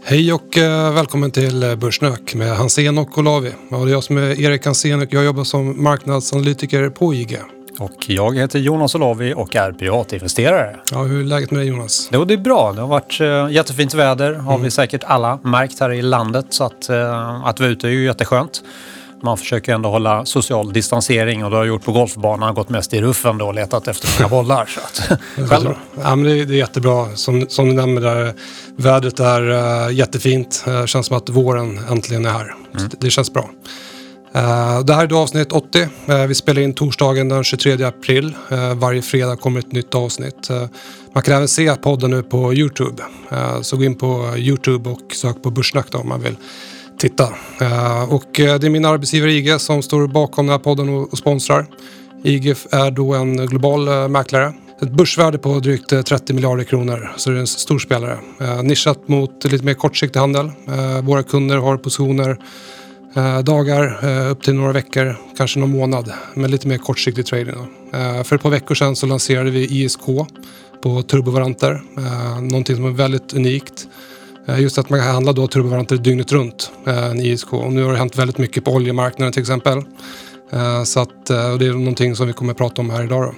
Hej och välkommen till Börssnack med Hansén och Olavi. Ja, det är jag som är Erik Hansén och jag jobbar som marknadsanalytiker på IG. Och jag heter Jonas Olavi och är privatinvesterare. Ja, hur är läget med dig, Jonas? Jo, det är bra. Det har varit jättefint väder. Har vi säkert alla märkt här i landet. Så att vi är ute är ju jätteskönt. Man försöker ändå hålla social distansering och det har gjort på golfbanan. Gått mest i ruffen då och letat efter några bollar. Så att, själv. Ja, men det är jättebra. Som du nämnde där, vädret är jättefint. Det känns som att våren äntligen är här. Det känns bra. Det här är då avsnitt 80. Vi spelar in torsdagen den 23 april. Varje fredag kommer ett nytt avsnitt. Man kan även se podden nu på YouTube. Så gå in på YouTube och sök på Börssnack om man vill titta. Och det är min arbetsgivare IG som står bakom den här podden och sponsrar. IG är då en global mäklare. Ett börsvärde på drygt 30 miljarder kronor. Så det är en stor spelare. Nischat mot lite mer kortsiktig handel. Våra kunder har positioner dagar upp till några veckor, kanske någon månad, med lite mer kortsiktig trading. För ett par veckor sedan så lanserade vi ISK på turbovaranter, någonting som är väldigt unikt. Just att man kan handla då turbovaranter dygnet runt, en ISK. Och nu har det hänt väldigt mycket på oljemarknaden till exempel. Så att, och det är någonting som vi kommer att prata om här idag då.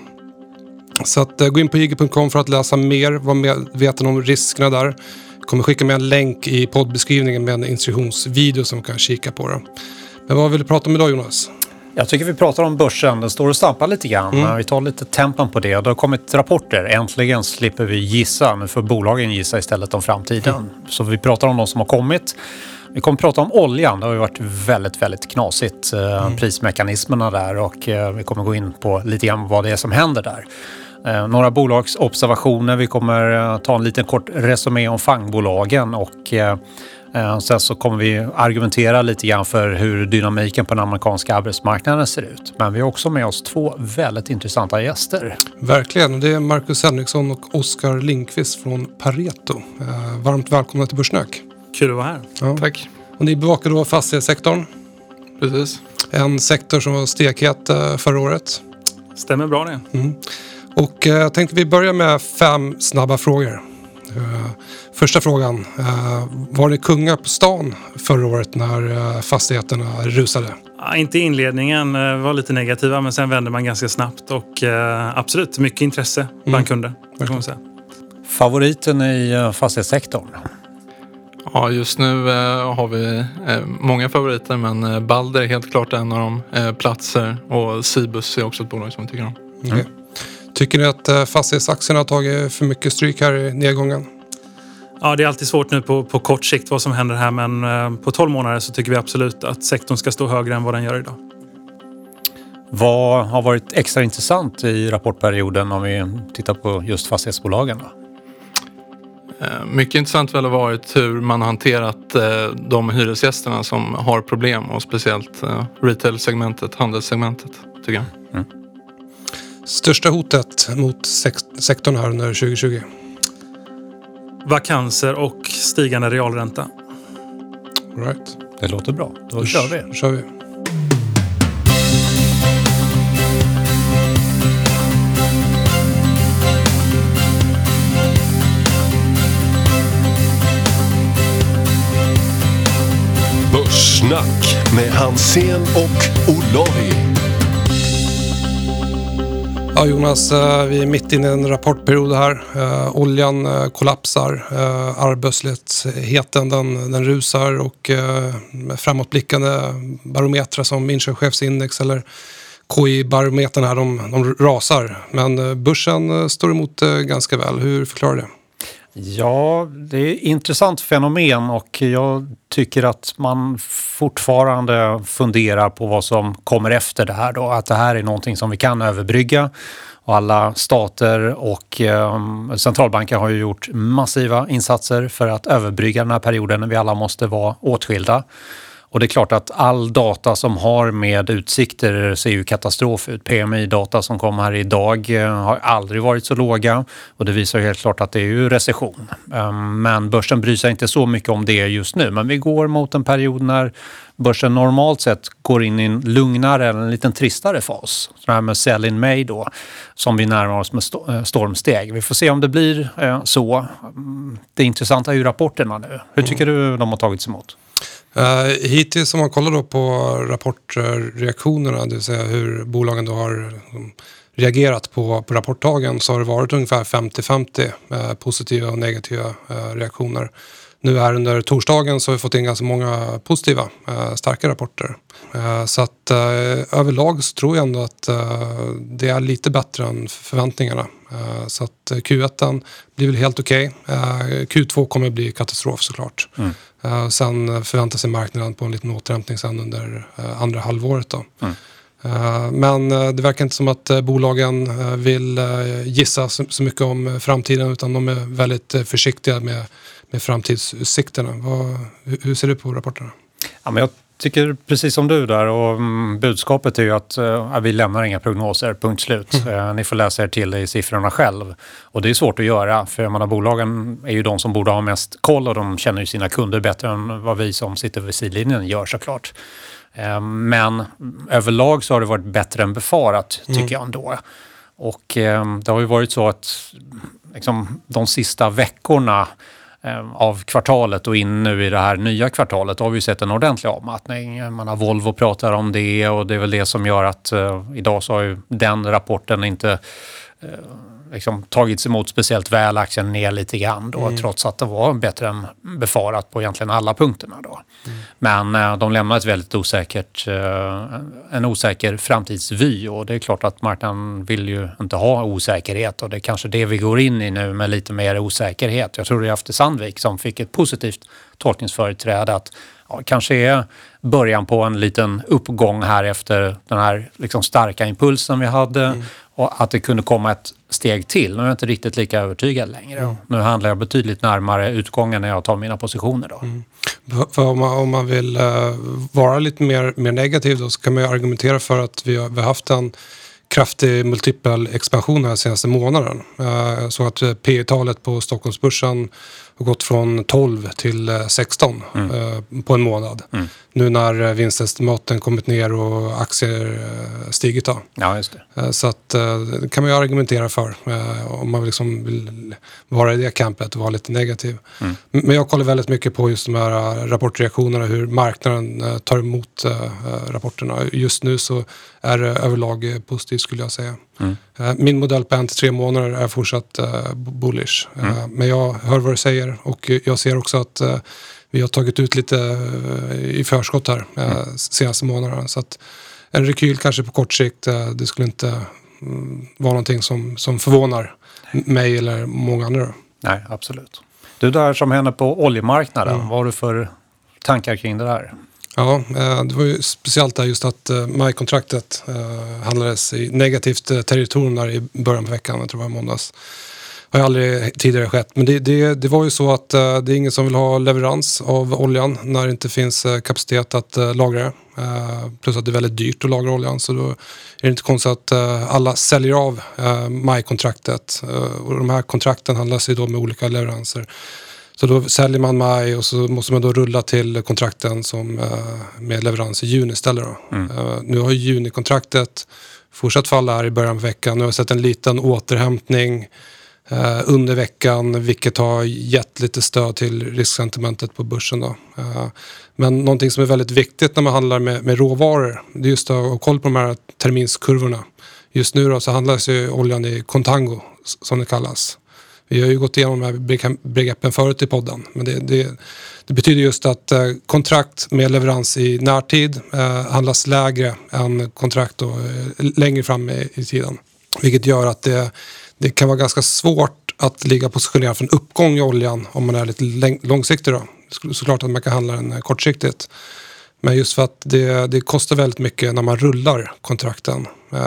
Så att, gå in på ig.com för att läsa mer, vara medveten om riskerna där. Kommer skicka med en länk i poddbeskrivningen med en instruktionsvideo som man kan kika på det. Men vad vill du prata om idag, Jonas? Jag tycker vi pratar om börsen. Den står och stampar lite grann. Vi tar lite tempen på det. Det har kommit rapporter. Äntligen slipper vi gissa. Nu får bolagen gissa istället om framtiden. Så vi pratar om de som har kommit. Vi kommer prata om oljan. Det har ju varit väldigt, väldigt knasigt. Prismekanismerna där. Och vi kommer gå in på lite grann vad det är som händer där. Några bolagsobservationer. Vi kommer ta en liten kort resumé om fangbolagen och sen så kommer vi argumentera lite grann för hur dynamiken på den amerikanska arbetsmarknaden ser ut. Men vi har också med oss två väldigt intressanta gäster. Verkligen, det är Marcus Henriksson och Oskar Lindqvist från Pareto. Varmt välkomna till Börssnack. Kul att vara här. Ja. Tack. Och ni bevakar då fastighetssektorn. Precis. En sektor som var stekhet förra året. Stämmer bra det. Och jag tänkte vi börjar med 5 snabba frågor. Första frågan. Var det kungar på stan förra året när fastigheterna rusade? Ja, inte i inledningen, var lite negativa, men sen vände man ganska snabbt. Och absolut, mycket intresse bland kunder. Kan man säga. Favoriten i fastighetssektorn? Ja, just nu har vi många favoriter, men Balder är helt klart en av de platser. Och Cibus är också ett bolag som vi tycker om. Okay. Tycker ni att fastighetsaktierna har tagit för mycket stryk här i nedgången? Ja, det är alltid svårt nu på kort sikt vad som händer här, men på 12 månader så tycker vi absolut att sektorn ska stå högre än vad den gör idag. Vad har varit extra intressant i rapportperioden om vi tittar på just fastighetsbolagen då? Mycket intressant väl har varit hur man har hanterat de hyresgästerna som har problem, och speciellt retail-segmentet, handelssegmentet tycker jag. Största hotet mot sektorn här under 2020? Vakanser och stigande realränta. All right. Det låter bra. Då kör vi. Då kör vi. Börssnack med Hansén och Olavi. Ja, Jonas, vi är mitt inne i en rapportperiod här. Oljan kollapsar, arbetslösheten den rusar och framåtblickande barometrar som inköpschefsindex eller KI-barometern här, de rasar. Men börsen står emot ganska väl. Hur förklarar det? Ja, det är ett intressant fenomen och jag tycker att man fortfarande funderar på vad som kommer efter det här då. Att det här är någonting som vi kan överbrygga, och alla stater och centralbanker har ju gjort massiva insatser för att överbrygga den här perioden när vi alla måste vara åtskilda. Och det är klart att all data som har med utsikter ser ju katastrof ut. PMI-data som kom här idag har aldrig varit så låga och det visar ju helt klart att det är ju recession. Men börsen bryr sig inte så mycket om det just nu. Men vi går mot en period när börsen normalt sett går in i en lugnare eller en liten tristare fas. Så här med sell in May då, som vi närmar oss med stormsteg. Vi får se om det blir så. Det intressanta är ju rapporterna nu. Hur tycker du de har tagits emot? Hittills om man kollar då på rapportreaktionerna, det vill säga hur bolagen då har reagerat på rapportdagen, så har det varit ungefär 50-50 positiva och negativa reaktioner. Nu här under torsdagen så har vi fått in ganska många positiva, starka rapporter. Så att överlag så tror jag ändå att det är lite bättre än förväntningarna. Så att Q1 blir väl helt okej. Q2 kommer bli katastrof såklart. Sen förväntar sig marknaden på en liten återhämtning sen under andra halvåret då. Men det verkar inte som att bolagen vill gissa så mycket om framtiden, utan de är väldigt försiktiga med framtidsutsikterna. Hur ser du på rapporterna? Ja, men jag tycker precis som du där, och budskapet är ju att vi lämnar inga prognoser, punkt slut. Ni får läsa er till i siffrorna själv. Och det är svårt att göra, för jag menar, bolagen är ju de som borde ha mest koll och de känner ju sina kunder bättre än vad vi som sitter vid sidlinjen gör såklart. Men överlag så har det varit bättre än befarat, tycker jag ändå. Och det har ju varit så att liksom, de sista veckorna av kvartalet och in nu i det här nya kvartalet har vi sett en ordentlig avmattning. Man har Volvo pratar om det, och det är väl det som gör att idag så har ju den rapporten inte liksom tagits emot speciellt väl, aktien ner lite grann då, trots att det var bättre än befarat på egentligen alla punkterna då. Men de lämnar ett väldigt en osäker framtidsvy, och det är klart att marknaden vill ju inte ha osäkerhet, och det är kanske det vi går in i nu med lite mer osäkerhet. Jag tror det är efter Sandvik som fick ett positivt tolkningsföreträde att kanske är början på en liten uppgång här efter den här liksom starka impulsen vi hade, och att det kunde komma ett steg till. Nu är jag inte riktigt lika övertygad längre. Nu handlar jag betydligt närmare utgången när jag tar mina positioner då. För om man vill vara lite mer negativ då, så kan man ju argumentera för att vi har haft en kraftig multipel expansion här senaste månaden. Så att P/talet på Stockholmsbörsen har gått från 12 till 16 på en månad. Nu när vinstestimaten kommit ner och aktier stigit då. Ja, just det. Så att det kan man ju argumentera för om man liksom vill vara i det campet och vara lite negativ. Men jag kollar väldigt mycket på just de här rapportreaktionerna, hur marknaden tar emot rapporterna. Just nu så är det överlag positivt, skulle jag säga. Min modell på 1-3 månader är fortsatt bullish. Men jag hör vad du säger, och jag ser också att vi har tagit ut lite i förskott här senaste månaderna. Så att en rekyl kanske på kort sikt, det skulle inte vara någonting som förvånar mig eller många andra. Nej, absolut. Du där som händer på oljemarknaden, vad har du för tankar kring det där? Ja, det var ju speciellt där just att majkontraktet handlades i negativt territorium där i början på veckan, jag tror det var måndags. Det har aldrig tidigare skett, men det var ju så att det är ingen som vill ha leverans av oljan när det inte finns kapacitet att lagra det. Plus att det är väldigt dyrt att lagra oljan, så då är det inte konstigt att alla säljer av majkontraktet. Och de här kontrakten handlas ju då med olika leveranser. Så då säljer man maj, och så måste man då rulla till kontrakten som med leverans i juni istället då. Nu har junikontraktet fortsatt falla här i början av veckan. Nu har jag sett en liten återhämtning under veckan, vilket har gett lite stöd till risksentimentet på börsen då. Men någonting som är väldigt viktigt när man handlar med råvaror, det är just att ha koll på de här terminskurvorna. Just nu då så handlas ju oljan i contango, som det kallas. Vi har ju gått igenom de här begreppen förut i podden, men det betyder just att kontrakt med leverans i närtid handlas lägre än kontrakt då, längre fram i tiden. Vilket gör att det kan vara ganska svårt att ligga positionerad för en uppgång i oljan om man är lite långsiktig då. Såklart att man kan handla den kortsiktigt. Men just för att det kostar väldigt mycket när man rullar kontrakten.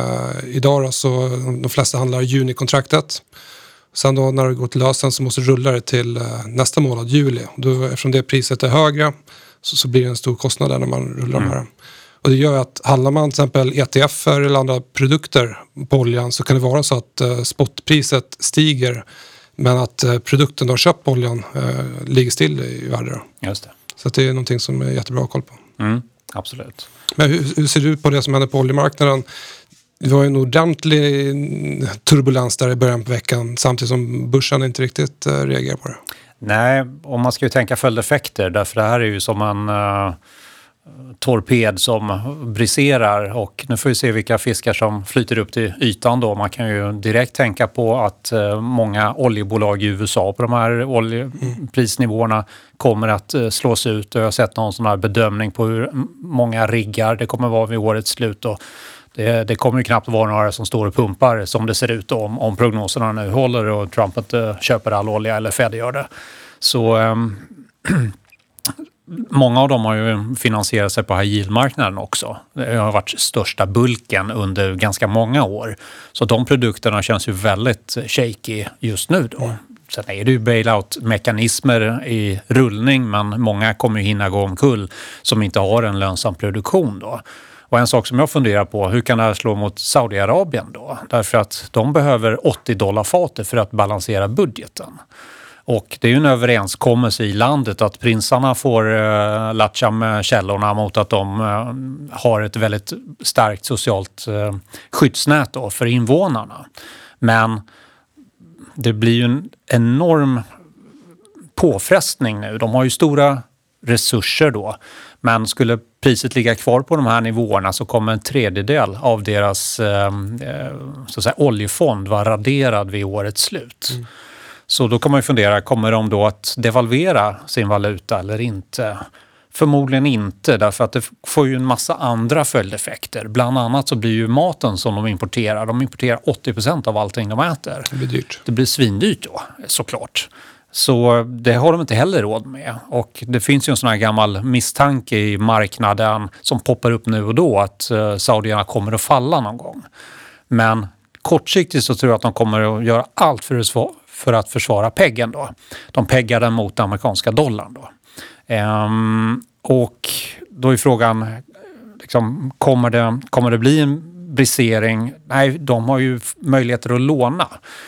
Idag då, så de flesta handlar junikontraktet. Sen då när det går till lösen så måste du rulla det till nästa månad, juli. Då, eftersom det priset är högre, så blir det en stor kostnad där när man rullar de här. Och det gör att handlar man till exempel ETF eller andra produkter på oljan så kan det vara så att spotpriset stiger men att produkten de köpt på oljan ligger still i värde. Just det. Så att det är någonting som är jättebra att kolla på. Absolut. Men hur ser du på det som händer på oljemarknaden? Det var ju en ordentlig turbulens där i början på veckan samtidigt som börsen inte riktigt reagerar på det. Nej, och man ska ju tänka följdeffekter därför det här är ju som en torped som briserar och nu får vi se vilka fiskar som flyter upp till ytan då. Man kan ju direkt tänka på att många oljebolag i USA på de här oljeprisnivåerna kommer att slås ut. Jag har sett någon sån här bedömning på hur många riggar det kommer vara vid årets slut och det kommer ju knappt vara några som står och pumpar som det ser ut om prognoserna nu håller och Trump inte köper all olja eller Fed gör det. Så många av dem har ju finansierat sig på high yield-marknaden också. Det har varit största bulken under ganska många år. Så de produkterna känns ju väldigt shaky just nu då. Sen är det ju bailout-mekanismer i rullning men många kommer ju hinna gå omkull som inte har en lönsam produktion då. Och en sak som jag funderar på, hur kan det här slå mot Saudiarabien då? Därför att de behöver $80 fatet för att balansera budgeten. Och det är ju en överenskommelse i landet att prinsarna får latcha med källorna mot att de har ett väldigt starkt socialt skyddsnät då för invånarna. Men det blir ju en enorm påfrestning nu. De har ju stora resurser då. Men skulle priset ligga kvar på de här nivåerna så kommer en tredjedel av deras så att säga, oljefond vara raderad vid årets slut. Så då kan man ju fundera, kommer de då att devalvera sin valuta eller inte? Förmodligen inte, därför att det får ju en massa andra följdeffekter. Bland annat så blir ju maten som de importerar 80% av allting de äter. Det blir dyrt. Det blir svindyrt då, såklart. Så det har de inte heller råd med. Och det finns ju en sån här gammal misstanke i marknaden som poppar upp nu och då att saudierna kommer att falla någon gång. Men kortsiktigt så tror jag att de kommer att göra allt för att försvara peggen då. De peggar den mot amerikanska dollarn då. Och då är frågan, liksom, kommer det bli en brisering? Nej, de har ju möjligheter att låna.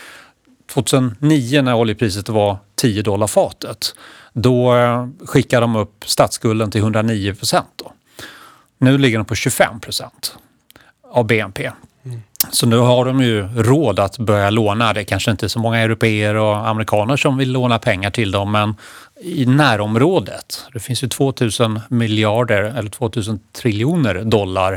2009 när oljepriset var $10 fatet, då skickade de upp statsskulden till 109% då. Nu ligger den på 25% av BNP. Så nu har de ju råd att börja låna. Det är kanske inte så många europeer och amerikaner som vill låna pengar till dem, men i närområdet, det finns ju 2000 miljarder eller 2000 triljoner dollar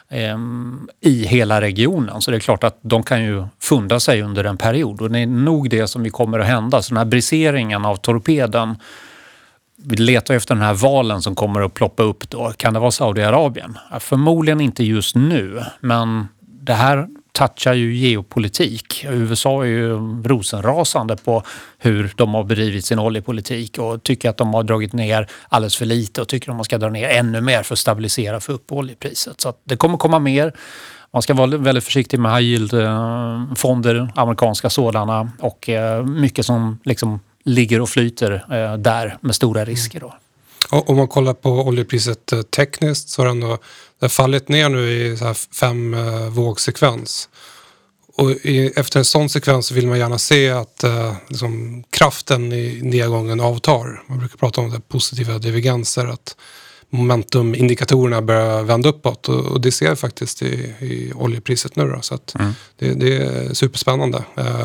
i hela regionen. Så det är klart att de kan ju funda sig under en period och det är nog det som kommer att hända. Så den här briseringen av torpeden, vi letar efter den här valen som kommer att ploppa upp då. Kan det vara Saudiarabien? Förmodligen inte just nu, men det här touchar ju geopolitik. USA är ju rosenrasande på hur de har bedrivit sin oljepolitik och tycker att de har dragit ner alldeles för lite och tycker att man ska dra ner ännu mer för att stabilisera för upp oljepriset. Så att det kommer komma mer. Man ska vara väldigt försiktig med high yield-fonder, amerikanska sådana och mycket som liksom ligger och flyter där med stora risker då. Om man kollar på oljepriset tekniskt så har det har fallit ner nu i så här 5 vågsekvens. Och efter en sån sekvens så vill man gärna se att liksom, kraften i nedgången avtar. Man brukar prata om det positiva divergenser, att momentumindikatorerna börjar vända uppåt och det ser jag faktiskt i oljepriset nu då, så att det är superspännande.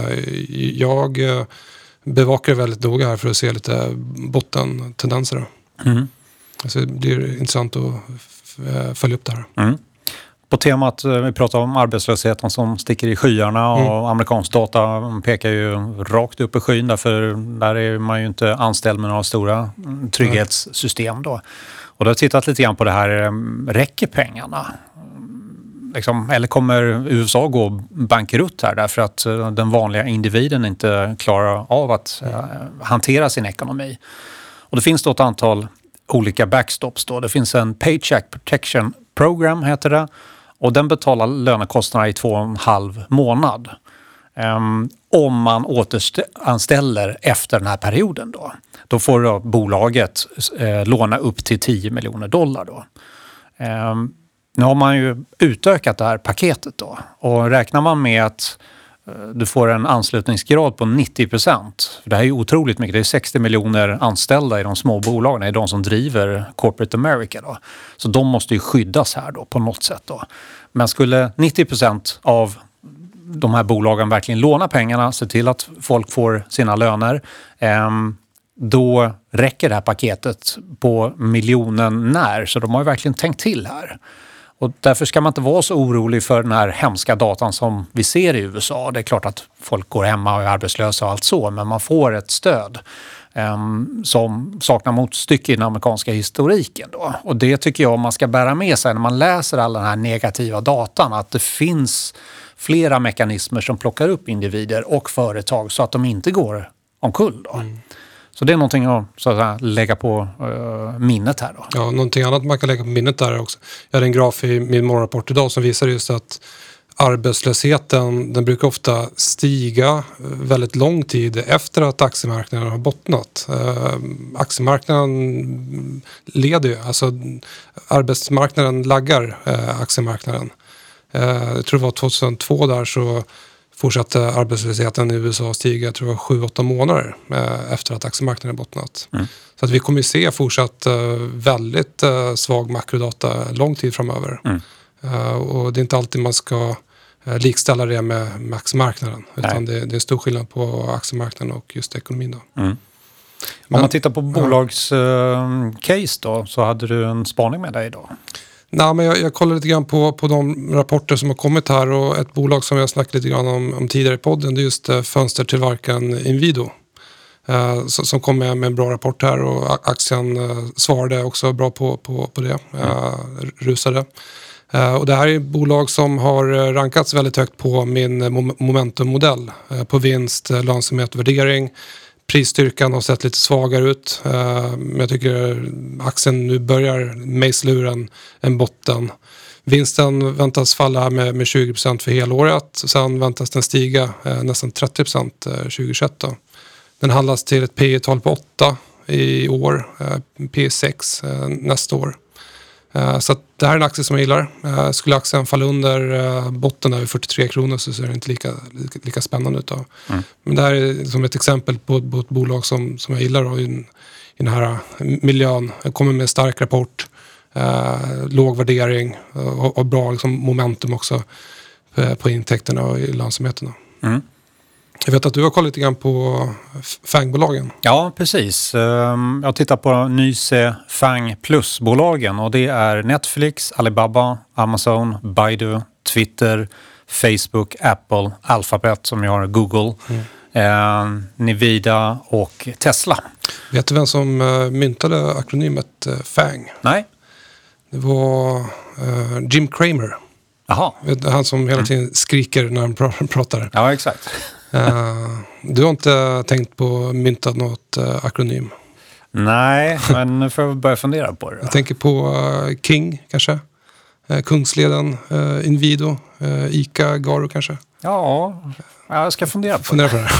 Jag bevakar väldigt noga här för att se lite bottentendenser. Så det blir intressant att följa upp det här. På temat, vi pratar om arbetslösheten som sticker i skyarna och amerikansk data pekar ju rakt upp i skyn, därför där är man ju inte anställd med några stora trygghetssystem då. Och då har jag tittat lite grann på det här, räcker pengarna? Liksom, eller kommer USA gå bankrutt här därför att den vanliga individen inte klarar av att hantera sin ekonomi? Och det finns då ett antal olika backstops då. Det finns en Paycheck Protection Program heter det och den betalar lönekostnader i 2,5 månad. Om man återanställer efter den här perioden då. Då får då bolaget låna upp till $10 miljoner då. Nu har man ju utökat det här paketet då. Och räknar man med att du får en anslutningsgrad på 90%. Det här är ju otroligt mycket. Det är 60 miljoner anställda i de små bolagen. Det är de som driver Corporate America då. Så de måste ju skyddas här då på något sätt då. Men skulle 90% av de här bolagen verkligen låna pengarna, se till att folk får sina löner, då räcker det här paketet på miljonen när. Så de har ju verkligen tänkt till här. Och därför ska man inte vara så orolig för den här hemska datan som vi ser i USA. Det är klart att folk går hemma och är arbetslösa och allt så, men man får ett stöd som saknar motstycke i den amerikanska historiken då. Och det tycker jag man ska bära med sig när man läser all den här negativa datan, att det finns flera mekanismer som plockar upp individer och företag så att de inte går omkull då. Så det är någonting att, så att säga, lägga på minnet här då. Ja, någonting annat man kan lägga på minnet där också. Jag hade en graf i min morgonrapport idag som visar just att arbetslösheten, den brukar ofta stiga väldigt lång tid efter att aktiemarknaden har bottnat. Aktiemarknaden leder ju, alltså arbetsmarknaden laggar aktiemarknaden. Jag tror det var 2002 där så fortsatte arbetslösheten i USA stiga, jag tror det var 7-8 månader efter att aktiemarknaden bottnat. Så att vi kommer att se fortsatt väldigt svag makrodata lång tid framöver. Och det är inte alltid man ska likställa det med aktiemarknaden. Utan det är en stor skillnad på aktiemarknaden och just ekonomin då. Om man tittar på bolagscase då, så hade du en spaning med dig idag. Nej, men jag kollar lite grann på de rapporter som har kommit här, och ett bolag som jag snackat lite grann om tidigare i podden, det är just fönstertillverkaren Inwido. Som kom med en bra rapport här, och aktien svarade också bra på det, rusade. Och det här är ett bolag som har rankats väldigt högt på min momentummodell, på vinst, lönsamhet, värdering. Prisstyrkan har sett lite svagare ut, men jag tycker aktien nu börjar mejsla ur en botten. Vinsten väntas falla med 20% för helåret, sen väntas den stiga nästan 30% 2021 då. Den handlas till ett P/tal på 8 i år, P6 nästa år. Så att det här är en aktie som jag gillar. Skulle aktien falla under botten över 43 kronor så ser det inte lika spännande ut då. Men det här är som ett exempel på ett bolag som jag gillar då, i den här miljön. Jag kommer med en stark rapport, låg värdering och bra liksom, momentum också på intäkterna och i lönsamheten. Jag vet att du har kollat lite grann på FANG-bolagen. Ja, precis. Jag tittar på Nyse FANG Plus-bolagen, och det är Netflix, Alibaba, Amazon, Baidu, Twitter, Facebook, Apple, Alphabet som jag har, Google, Nvidia och Tesla. Vet du vem som myntade akronymet FANG? Nej. Det var Jim Cramer. Jaha. Han som hela tiden skriker när han pratar. Ja, exakt. Du har inte tänkt på mynta något akronym? Nej, men nu får jag börja fundera på det. Jag tänker på King kanske. Kungsleden, Inwido, Ica, Garo kanske. Ja, jag ska fundera på det.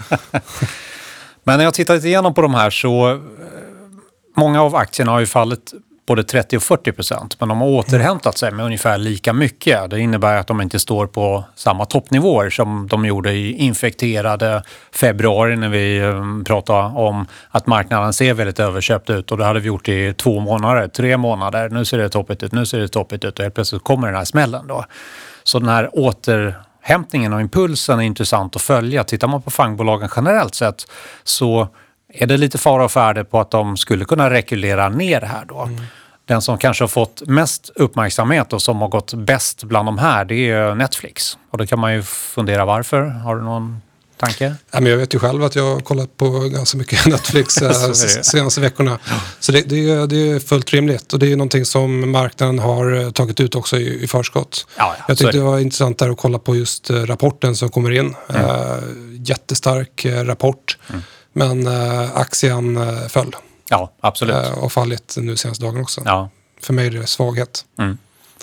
Men när jag tittar lite igenom på de här så många av aktierna har ju fallit både 30 och 40%, men de har återhämtat sig med ungefär lika mycket. Det innebär att de inte står på samma toppnivåer som de gjorde i infekterade februari när vi pratade om att marknaden ser väldigt överköpt ut, och det hade vi gjort i 2 månader, 3 månader. Nu ser det toppigt ut och helt plötsligt kommer den här smällen då. Så den här återhämtningen och impulsen är intressant att följa. Tittar man på fangbolagen generellt sett så är det lite fara och färde på att de skulle kunna rekulera ner här då. Den som kanske har fått mest uppmärksamhet och som har gått bäst bland de här, det är Netflix. Och då kan man ju fundera varför. Har du någon tanke? Ja, men jag vet ju själv att jag har kollat på ganska mycket Netflix senaste veckorna. Så det är fullt rimligt. Och det är någonting som marknaden har tagit ut också i förskott. Ja, jag tyckte det var intressant där att kolla på just rapporten som kommer in. Jättestark rapport. Men aktien föll. Ja, absolut. Och fallit nu senaste dagen också. Ja. För mig är det svaghet.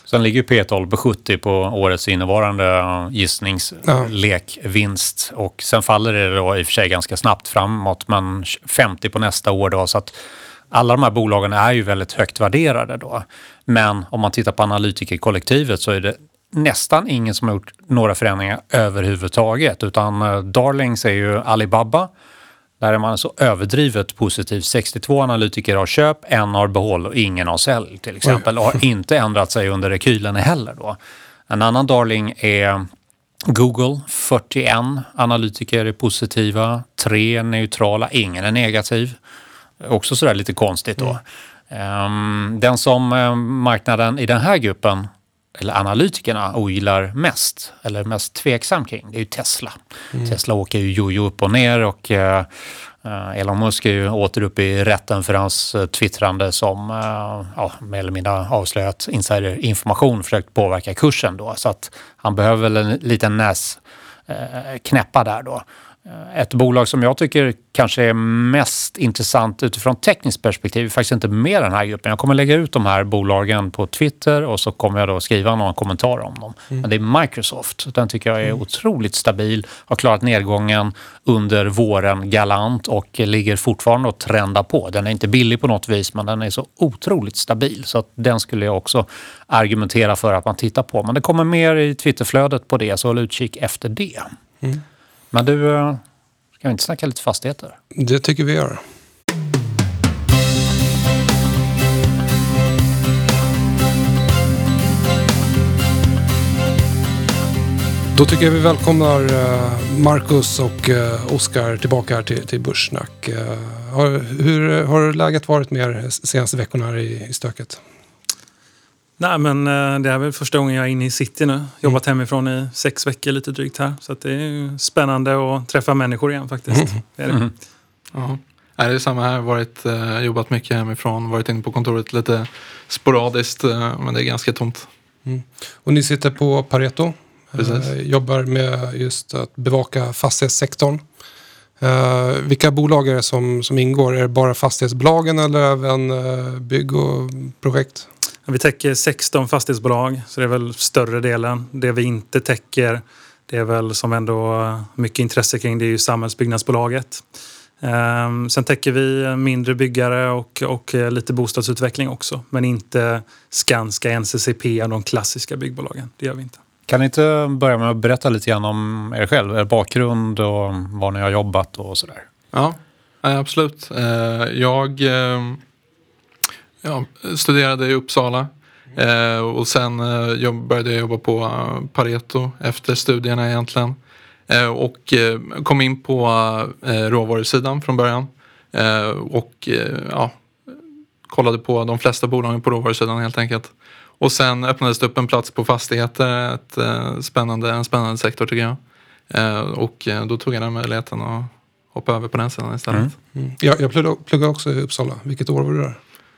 Sen ligger P12 på 70 på årets innevarande gissningslekvinst. Och sen faller det då i och för sig ganska snabbt framåt, men 50 på nästa år då. Så att alla de här bolagen är ju väldigt högt värderade då. Men om man tittar på analytikerkollektivet så är det nästan ingen som har gjort några förändringar överhuvudtaget. Utan darlings är ju Alibaba. Där är man så överdrivet positiv. 62 analytiker har köp, en har behåll och ingen har sälj till exempel. Och har inte ändrat sig under rekylen heller då. En annan darling är Google. 41 analytiker är positiva. 3 är neutrala, ingen är negativ. Också sådär lite konstigt då. Den som marknaden i den här gruppen, eller analytikerna, ogillar mest, eller mest tveksam kring, det är ju Tesla. Tesla åker ju jojo upp och ner och Elon Musk är ju åter upp i rätten för hans twittrande som mer eller mindre avslöjat insiderinformation, försökt påverka kursen då. Så att han behöver väl en liten knäppa där då. Ett bolag som jag tycker kanske är mest intressant utifrån tekniskt perspektiv är faktiskt inte med den här gruppen. Jag kommer lägga ut de här bolagen på Twitter och så kommer jag då skriva någon kommentar om dem. Men det är Microsoft. Den tycker jag är otroligt stabil. Har klarat nedgången under våren galant och ligger fortfarande och trendar på. Den är inte billig på något vis, men den är så otroligt stabil. Så att den skulle jag också argumentera för att man tittar på. Men det kommer mer i Twitterflödet på det, så håll utkik efter det. Men du, ska vi inte snacka lite fastigheter? Det tycker vi gör. Då tycker jag vi välkomnar Marcus och Oskar tillbaka här till Börssnack. Hur har läget varit med er senaste veckorna här i stöket? Nej, men det är väl första gången jag är inne i city nu. Jobbat hemifrån i 6 veckor lite drygt här. Så att det är spännande att träffa människor igen faktiskt. Det är det. Ja. Det är samma här. Jobbat mycket hemifrån. Varit inne på kontoret lite sporadiskt. Men det är ganska tomt. Och ni sitter på Pareto. Precis. Jobbar med just att bevaka fastighetssektorn. Vilka bolag är det som ingår? Är det bara fastighetsbolagen eller även bygg och projekt? Vi täcker 16 fastighetsbolag, så det är väl större delen. Det vi inte täcker, det är väl som ändå mycket intresse kring, det är ju samhällsbyggnadsbolaget. Sen täcker vi mindre byggare och lite bostadsutveckling också. Men inte Skanska, NCCP och de klassiska byggbolagen. Det gör vi inte. Kan ni inte börja med att berätta lite grann om er själv, er bakgrund och var ni har jobbat och sådär? Ja, absolut. Jag studerade i Uppsala och sen började jag jobba på Pareto efter studierna egentligen. Och kom in på råvarusidan från början. Och kollade på de flesta bolagen på råvarusidan helt enkelt. Och sen öppnades det upp en plats på fastigheter, en spännande sektor tycker jag. Och då tog jag den möjligheten att hoppa över på den sidan istället. Jag pluggade också i Uppsala. Vilket år var du där?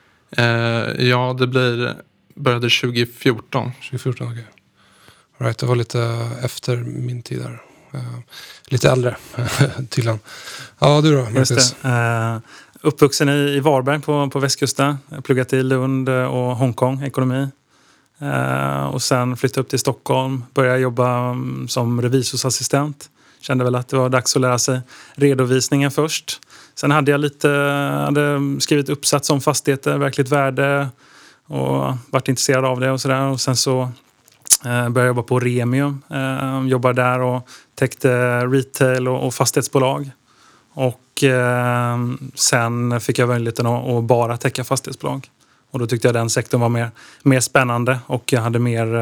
Det började 2014. 2014, okej. All right, det var lite efter min tid där. Lite äldre tydligen. Ja, du då, Marcus? Uppvuxen i Varberg på västkusten. Pluggat i Lund och Hongkong, ekonomi. Och sen flyttade upp till Stockholm. Började jobba som revisorsassistent. Kände väl att det var dags att lära sig redovisningen först. Sen hade jag hade skrivit uppsats om fastigheter, verkligt värde. Och varit intresserad av det och sådär. Och sen så började jag jobba på Remium. Jobbade där och täckte retail och fastighetsbolag. Och sen fick jag möjligheten att bara täcka fastighetsbolag. Och då tyckte jag den sektorn var mer spännande. Och jag hade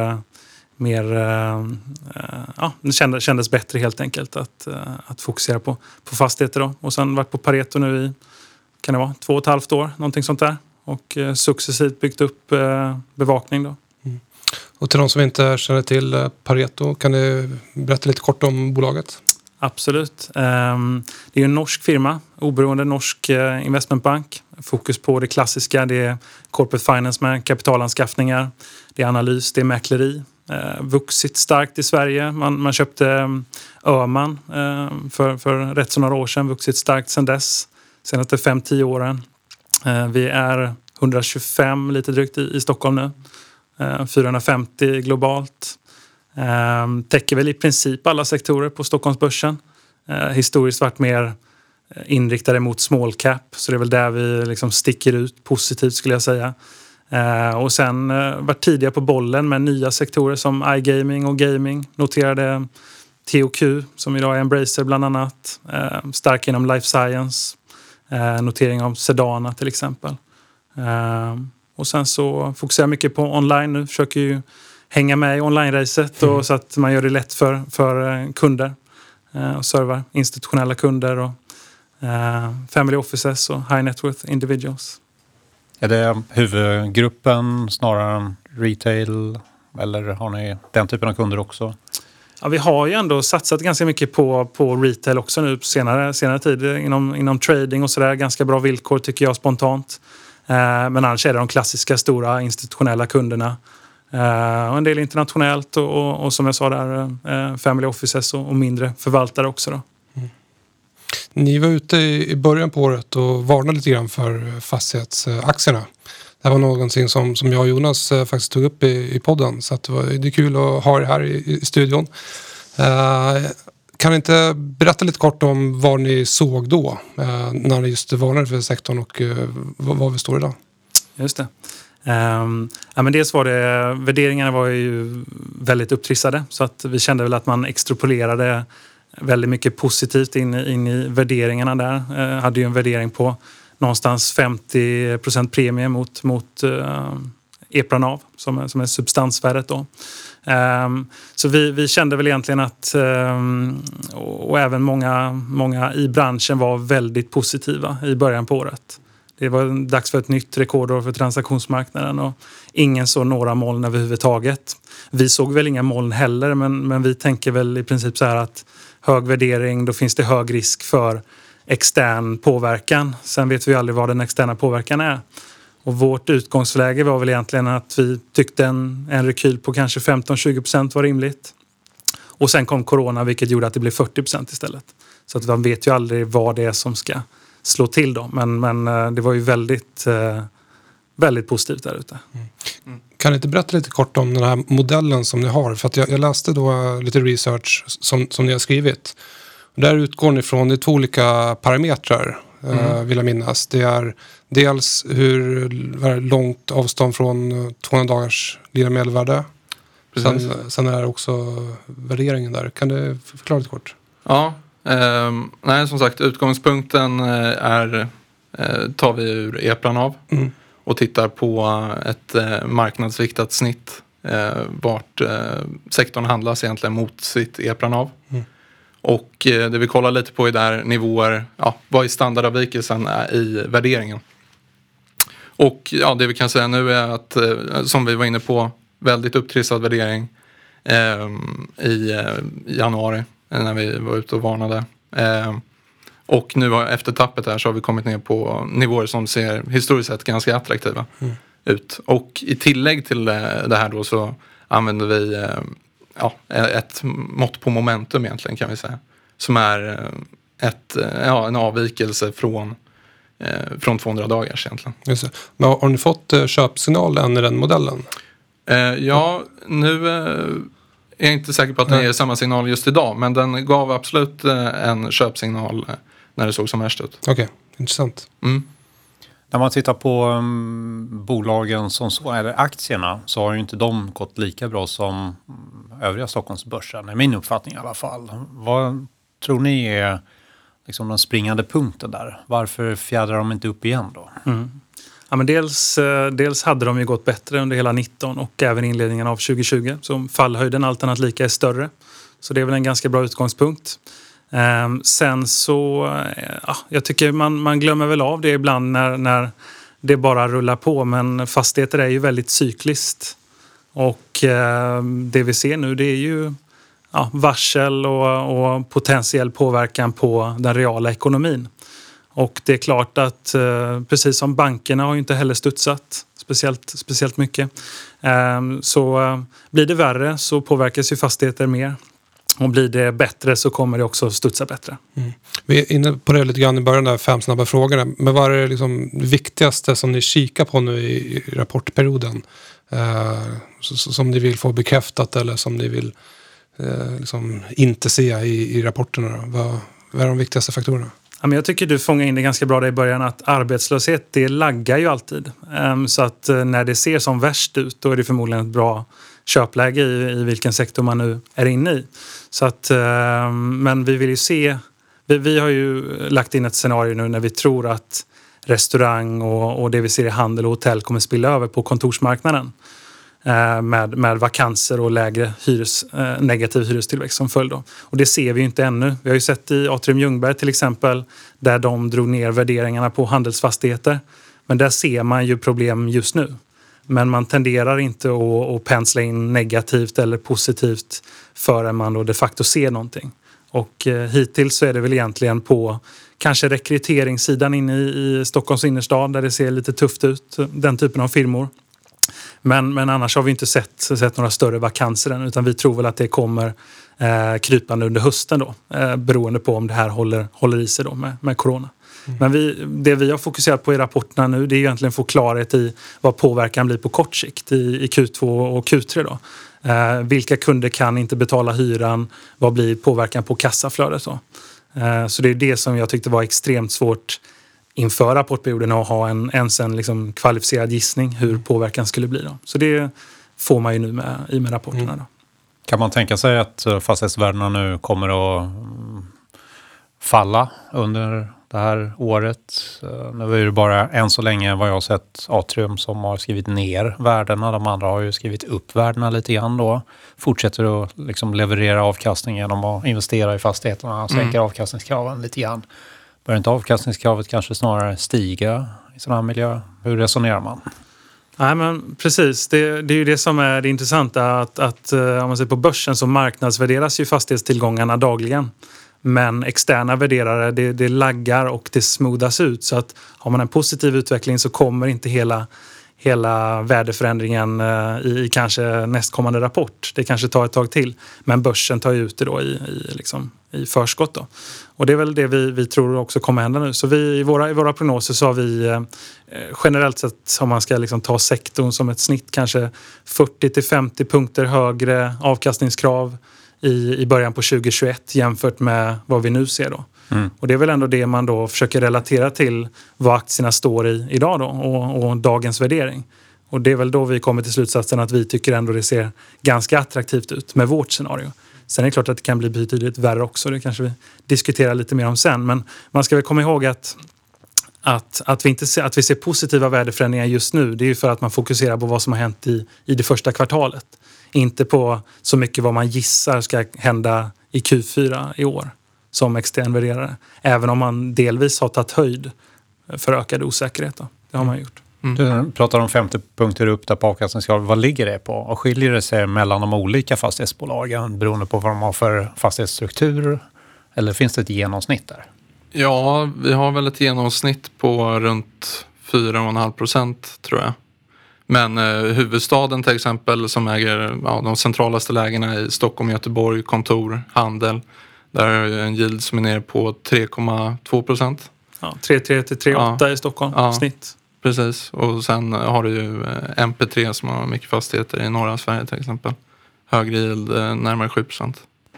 det kändes bättre helt enkelt att fokusera på fastigheter då. Och sen varit på Pareto nu i, kan det vara, 2,5 år, någonting sånt där. Och successivt byggt upp bevakning då. Och till de som inte känner till Pareto, kan du berätta lite kort om bolaget? Absolut. Det är ju en norsk firma, oberoende norsk investmentbank. Fokus på det klassiska, det är corporate finance med kapitalanskaffningar. Det är analys, det är mäkleri. Vuxit starkt i Sverige. Man köpte Öhman för rätt så några år sedan. Vuxit starkt sedan dess. Senaste 5-10 åren. Vi är 125 lite drygt i Stockholm nu. 450 globalt. Täcker väl i princip alla sektorer på Stockholmsbörsen. Historiskt varit mer inriktade mot small cap, så det är väl där vi liksom sticker ut positivt skulle jag säga. Och sen varit tidiga på bollen med nya sektorer som iGaming och gaming. Noterade TOQ som idag är Embracer bland annat. Stark inom life science. Notering av Sedana till exempel. Och sen så fokuserar jag mycket på online nu. Försöker ju hänga med i online-racet och så att man gör det lätt för kunder. Och servar institutionella kunder och family offices och high net worth individuals. Är det huvudgruppen snarare än retail eller har ni den typen av kunder också? Ja, vi har ju ändå satsat ganska mycket på retail också nu på senare tid inom trading och sådär. Ganska bra villkor tycker jag spontant. Men annars är det de klassiska stora institutionella kunderna. Och en del internationellt och som jag sa där family offices och mindre förvaltare också då. Ni var ute i början på året och varnade lite grann för fastighetsaktierna. Det här var någonting som jag och Jonas faktiskt tog upp i podden. Så att det är kul att ha det här i studion. Kan ni inte berätta lite kort om vad ni såg då? När ni just varnade för sektorn och vad vi står idag? Just det. Men dels var det, värderingarna var ju väldigt upptrissade. Så att vi kände väl att man extrapolerade väldigt mycket positivt in i värderingarna där. Hade ju en värdering på någonstans 50% premie mot EPRA-NAV som är substansvärdet då. Så vi kände väl egentligen att och även många i branschen var väldigt positiva i början på året. Det var dags för ett nytt rekordår för transaktionsmarknaden och ingen såg några moln överhuvudtaget. Vi såg väl inga moln heller men vi tänker väl i princip så här att hög värdering, då finns det hög risk för extern påverkan. Sen vet vi aldrig vad den externa påverkan är. Och vårt utgångsläge var väl egentligen att vi tyckte en rekyl på kanske 15-20% var rimligt. Och sen kom corona vilket gjorde att det blev 40% istället. Så att man vet ju aldrig vad det är som ska slå till då. Men det var ju väldigt, väldigt positivt där ute. Kan ni inte berätta lite kort om den här modellen som ni har? För att jag läste då lite research som ni har skrivit. Och där utgår ni från, det är 2 olika parametrar vill jag minnas. Det är dels hur långt avstånd från 200 dagars lilla medelvärde. Sen är det också värderingen där. Kan du förklara lite kort? Ja, nej som sagt utgångspunkten tar vi ur EPRA-NAV och tittar på ett marknadsviktat snitt vart sektorn handlas egentligen mot sitt EPRA-NAV. Och det vi kollar lite på är där nivåer, vad är standardavvikelsen i värderingen. Och det vi kan säga nu är att, som vi var inne på, väldigt upptrissad värdering i januari när vi var ute och varnade. Och nu efter tappet här så har vi kommit ner på nivåer som ser historiskt sett ganska attraktiva ut. Och i tillägg till det här då så använder vi ett mått på momentum egentligen kan vi säga. Som är en avvikelse från 200 dagars egentligen. Just det. Men har ni fått köpsignal än i den modellen? Nu är jag inte säker på att den ger samma signal just idag. Men den gav absolut en köpsignal när det såg som värst ut. Okej, intressant. När man tittar på bolagen som så, eller aktierna, så har ju inte de gått lika bra som övriga Stockholmsbörsen. Det är min uppfattning i alla fall. Vad tror ni är liksom den springande punkten där? Varför fjädrar de inte upp igen då? Ja, men dels hade de ju gått bättre under hela 19 och även inledningen av 2020. Så fallhöjden allt annat lika är större. Så det är väl en ganska bra utgångspunkt. Sen så, jag tycker man glömmer väl av det ibland när det bara rullar på. Men fastigheter är ju väldigt cykliskt. Och det vi ser nu det är ju varsel och potentiell påverkan på den reala ekonomin. Och det är klart att precis som bankerna har ju inte heller studsat speciellt mycket. Så blir det värre så påverkas ju fastigheter mer. Och blir det bättre så kommer det också studsa bättre. Vi är inne på det lite grann i början, där 5 snabba frågorna. Men vad är det liksom viktigaste som ni kikar på nu i rapportperioden? Som ni vill få bekräftat eller som ni vill liksom inte se i rapporterna? Vad är de viktigaste faktorerna? Ja, men jag tycker du fångar in det ganska bra där i början, att arbetslöshet, det laggar ju alltid. Så att när det ser som värst ut, då är det förmodligen ett bra köpläge i vilken sektor man nu är inne i. Så att, men vi vill ju se, vi har ju lagt in ett scenario nu när vi tror att restaurang och det vi ser i handel och hotell kommer spilla över på kontorsmarknaden. Med vakanser och lägre negativ hyrestillväxt som följd då. Och det ser vi ju inte ännu. Vi har ju sett i Atrium Ljungberg till exempel, där de drog ner värderingarna på handelsfastigheter. Men där ser man ju problem just nu. Men man tenderar inte att pensla in negativt eller positivt förrän man då de facto ser någonting. Och hittills så är det väl egentligen på kanske rekryteringssidan inne i Stockholms innerstad där det ser lite tufft ut, den typen av firmor. Men annars har vi inte sett några större vakanser än, utan vi tror väl att det kommer krypande under hösten då, beroende på om det här håller i sig då med corona. Men det vi har fokuserat på i rapporterna nu, det är egentligen att få klarhet i vad påverkan blir på kort sikt i Q2 och Q3 då. Vilka kunder kan inte betala hyran? Vad blir påverkan på kassaflödet då? Så det är det som jag tyckte var extremt svårt inför rapportperioden, att ha en liksom kvalificerad gissning hur påverkan skulle bli då. Så det får man ju nu med rapporterna då. Kan man tänka sig att fastighetsvärdena nu kommer att falla under det här året? Nu är det bara än så länge vad jag har sett Atrium som har skrivit ner värdena. De andra har ju skrivit upp värdena lite grann då. Fortsätter att liksom leverera avkastning genom att investera i fastigheterna. Sänker avkastningskraven lite grann. Bör inte avkastningskravet kanske snarare stiga i sån här miljö? Hur resonerar man? Nej, men precis. Det är ju det som är det intressanta, att om man ser på börsen så marknadsvärderas ju fastighetstillgångarna dagligen. Men externa värderare, det laggar och det smoothas ut. Så att har man en positiv utveckling så kommer inte hela värdeförändringen i kanske nästkommande rapport. Det kanske tar ett tag till. Men börsen tar ju ut det då i förskott då. Och det är väl det vi tror också kommer hända nu. Så i våra prognoser så har vi generellt sett, om man ska liksom ta sektorn som ett snitt, kanske 40-50 punkter högre avkastningskrav i början på 2021 jämfört med vad vi nu ser då. Och det är väl ändå det man då försöker relatera till vad aktierna står i idag då och dagens värdering. Och det är väl då vi kommer till slutsatsen att vi tycker ändå det ser ganska attraktivt ut med vårt scenario. Sen är det klart att det kan bli betydligt värre också. Det kanske vi diskuterar lite mer om sen. Men man ska väl komma ihåg att vi ser positiva värdeförändringar just nu. Det är ju för att man fokuserar på vad som har hänt i det första kvartalet. Inte på så mycket vad man gissar ska hända i Q4 i år som extern värderare. Även om man delvis har tagit höjd för ökad osäkerhet då. Det har man gjort. Du pratar om 50 punkter upp där på avkastningskrav. Vad ligger det på? Och skiljer det sig mellan de olika fastighetsbolagen beroende på vad de har för fastighetsstruktur? Eller finns det ett genomsnitt där? Ja, vi har väl ett genomsnitt på runt 4,5% tror jag. Men huvudstaden till exempel, som äger de centralaste lägena i Stockholm, Göteborg, kontor, handel. Där är en yield som är nere på 3,2%. Ja, 3,3 till 3,8 i Stockholm snitt. Precis, och sen har du ju MP3 som har mycket fastigheter i norra Sverige till exempel. Högre yield, närmare 7%.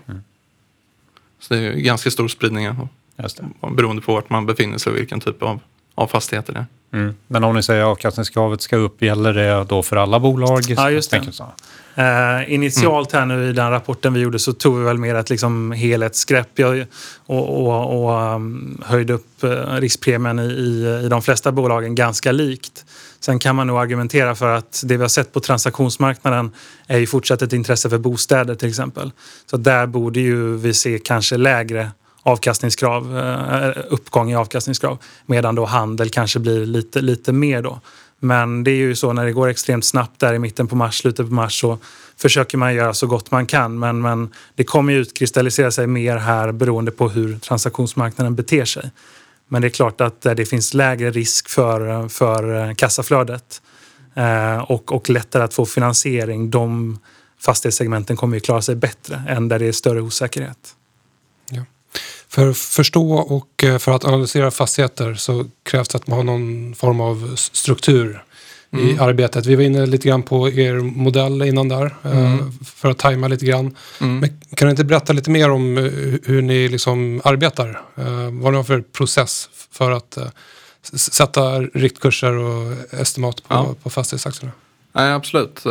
Så det är ju ganska stor spridning Just det. Beroende på vart man befinner sig och vilken typ av fastigheter det är. Men om ni säger att avkastningskravet ska upp, gäller det då för alla bolag? Ja, just det. Initialt här nu i den rapporten vi gjorde så tog vi väl mer ett liksom helhetsgrepp och höjde upp riskpremien i de flesta bolagen ganska likt. Sen kan man nog argumentera för att det vi har sett på transaktionsmarknaden är ju fortsatt ett intresse för bostäder till exempel. Så där borde ju vi se kanske lägre avkastningskrav, uppgång i avkastningskrav, medan då handel kanske blir lite mer då. Men det är ju så när det går extremt snabbt där i mitten på mars, slutet på mars, så försöker man göra så gott man kan. Men det kommer ju utkristallisera sig mer här beroende på hur transaktionsmarknaden beter sig. Men det är klart att det finns lägre risk för kassaflödet och lättare att få finansiering. De fastighetssegmenten kommer ju klara sig bättre än där det är större osäkerhet. Ja. För att förstå och för att analysera fastigheter så krävs det att man har någon form av struktur i arbetet. Vi var inne lite grann på er modell innan där för att tajma lite grann. Men kan du inte berätta lite mer om hur ni liksom arbetar? Vad ni har för process för att sätta riktkurser och estimat på fastighetsaktierna? Nej, absolut.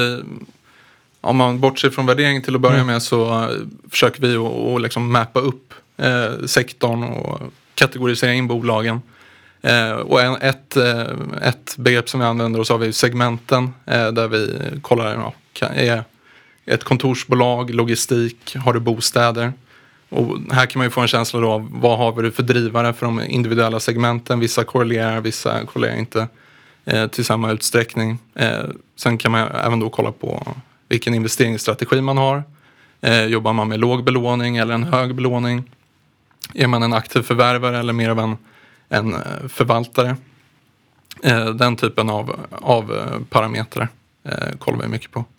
Om man bortser från värdering till att börja med så försöker vi att liksom mappa upp sektorn och kategorisera in bolagen. Och ett begrepp som vi använder oss av är segmenten där vi kollar, är ett kontorsbolag, logistik, har du bostäder? Och här kan man ju få en känsla då av vad har vi för drivare för de individuella segmenten. Vissa korrelerar inte till samma utsträckning. Sen kan man även då kolla på vilken investeringsstrategi man har. Jobbar man med låg belåning eller en hög belåning? Är man en aktiv förvärvare eller mer av en förvaltare? Den typen av parametrar kollar vi mycket på.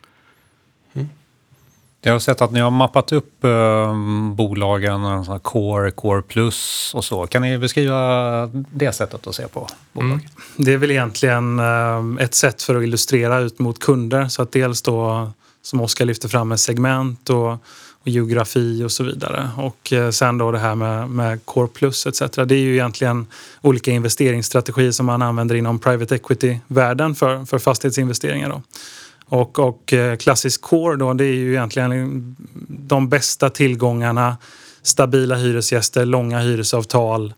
Jag har sett att ni har mappat upp bolagen, Core Plus och så. Kan ni beskriva det sättet att se på bolag? Det är väl egentligen ett sätt för att illustrera ut mot kunder. Så att dels då, som Oskar lyfter fram, med segment och geografi och så vidare. Och sen då det här med Core Plus etc. Det är ju egentligen olika investeringsstrategier som man använder inom private equity-världen för fastighetsinvesteringar då. Och klassisk core då, det är ju egentligen de bästa tillgångarna, stabila hyresgäster, långa hyresavtal,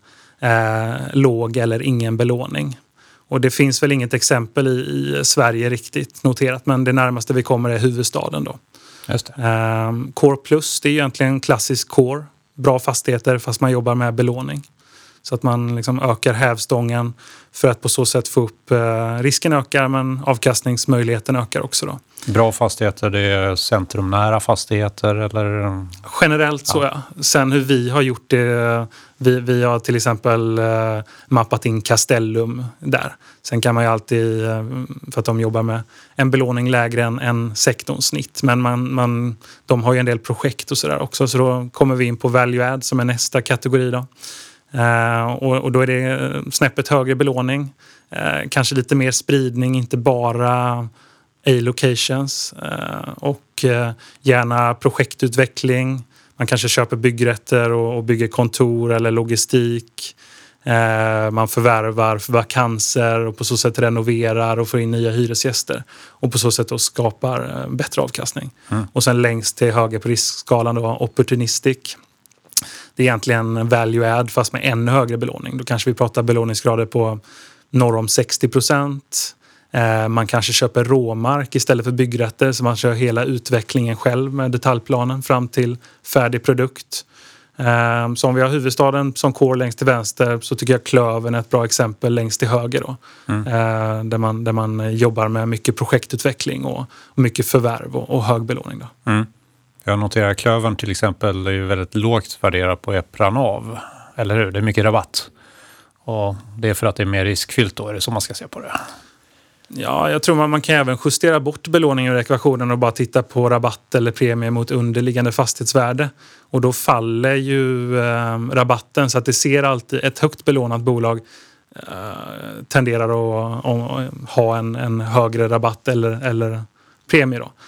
låg eller ingen belåning. Och det finns väl inget exempel i Sverige riktigt noterat, men det närmaste vi kommer är huvudstaden då. Just det. Core Plus, det är egentligen klassisk core, bra fastigheter fast man jobbar med belåning. Så att man liksom ökar hävstången för att på så sätt få upp risken ökar, men avkastningsmöjligheten ökar också då. Bra fastigheter, det är centrumnära fastigheter eller? Generellt så ja. Sen hur vi har gjort det, vi har till exempel mappat in Castellum där. Sen kan man ju alltid, för att de jobbar med en belåning lägre än sektorns snitt. Men de har ju en del projekt och sådär också, så då kommer vi in på value add som är nästa kategori då. Och då är det snäppet högre belåning, kanske lite mer spridning, inte bara A-locations, och gärna projektutveckling. Man kanske köper byggrätter och bygger kontor eller logistik. Man förvärvar vakanser och på så sätt renoverar och får in nya hyresgäster. Och på så sätt då skapar bättre avkastning. Och sen längst till höger på riskskalan då, opportunistic. Det är egentligen value add fast med ännu högre belåning. Då kanske vi pratar belåningsgrader på norr om 60%. Man kanske köper råmark istället för byggrätter, så man kör hela utvecklingen själv med detaljplanen fram till färdig produkt. Så om vi har huvudstaden som core längst till vänster, så tycker jag Klövern är ett bra exempel längst till höger då. Där man jobbar med mycket projektutveckling och mycket förvärv och hög belåning då. Jag noterar Klövern till exempel är ju väldigt lågt värderat på EPRA NAV, eller hur? Det är mycket rabatt. Och det är för att det är mer riskfyllt då, är det så man ska se på det? Ja, jag tror man kan även justera bort belåningen ur ekvationen och bara titta på rabatt eller premie mot underliggande fastighetsvärde. Och då faller ju rabatten, så att det ser alltid, ett högt belånat bolag tenderar att ha en högre rabatt eller premie då.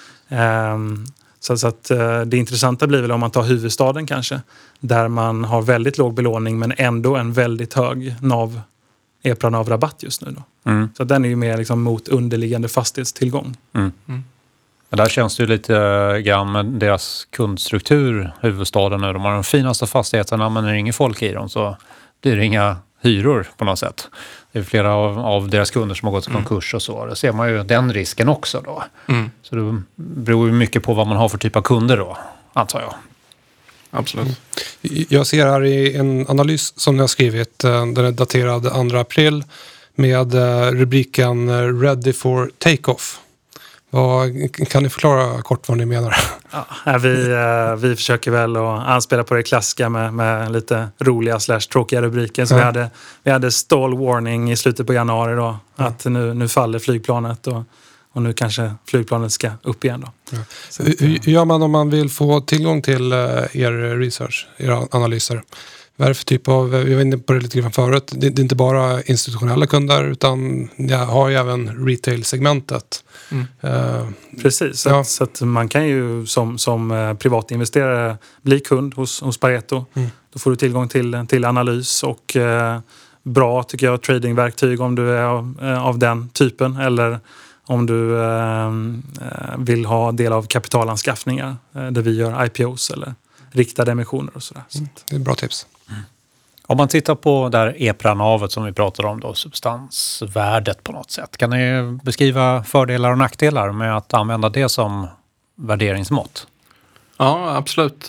Så att det intressanta blir väl om man tar huvudstaden kanske, där man har väldigt låg belåning men ändå en väldigt hög EPRA NAV-rabatt just nu då. Så den är ju mer liksom mot underliggande fastighetstillgång. Men där känns det ju lite grann med deras kundstruktur, huvudstaden nu. De har de finaste fastigheterna, men när det är ingen folk i dem så blir det inga hyror på något sätt. Det är flera av deras kunder som har gått i konkurs och så. Då ser man ju den risken också då. Så det beror ju mycket på vad man har för typ av kunder då, antar jag. Absolut. Jag ser här i en analys som ni har skrivit, den är daterad 2 april med rubriken Ready for Takeoff. Kan ni förklara kort vad ni menar? Ja, vi försöker väl att anspela på det klassiska med lite roliga / tråkiga rubriker. Så vi hade stall warning i slutet på januari då, att nu faller flygplanet och Och nu kanske flygplanet ska upp igen då. Ja. Hur gör man om man vill få tillgång till er research, era analyser? Vad är det för typ av, vi var inne på det lite grann förut, det är inte bara institutionella kunder utan jag har ju även retail-segmentet. Precis, så att man kan ju som privatinvesterare bli kund hos Pareto. Då får du tillgång till analys och bra, tycker jag, tradingverktyg om du är av den typen, eller om du vill ha del av kapitalanskaffningar där vi gör IPOs eller riktade emissioner och sådär. Det är bra tips. Om man tittar på där EPRA-navet som vi pratar om då, substansvärdet på något sätt. Kan ni beskriva fördelar och nackdelar med att använda det som värderingsmått? Ja, absolut.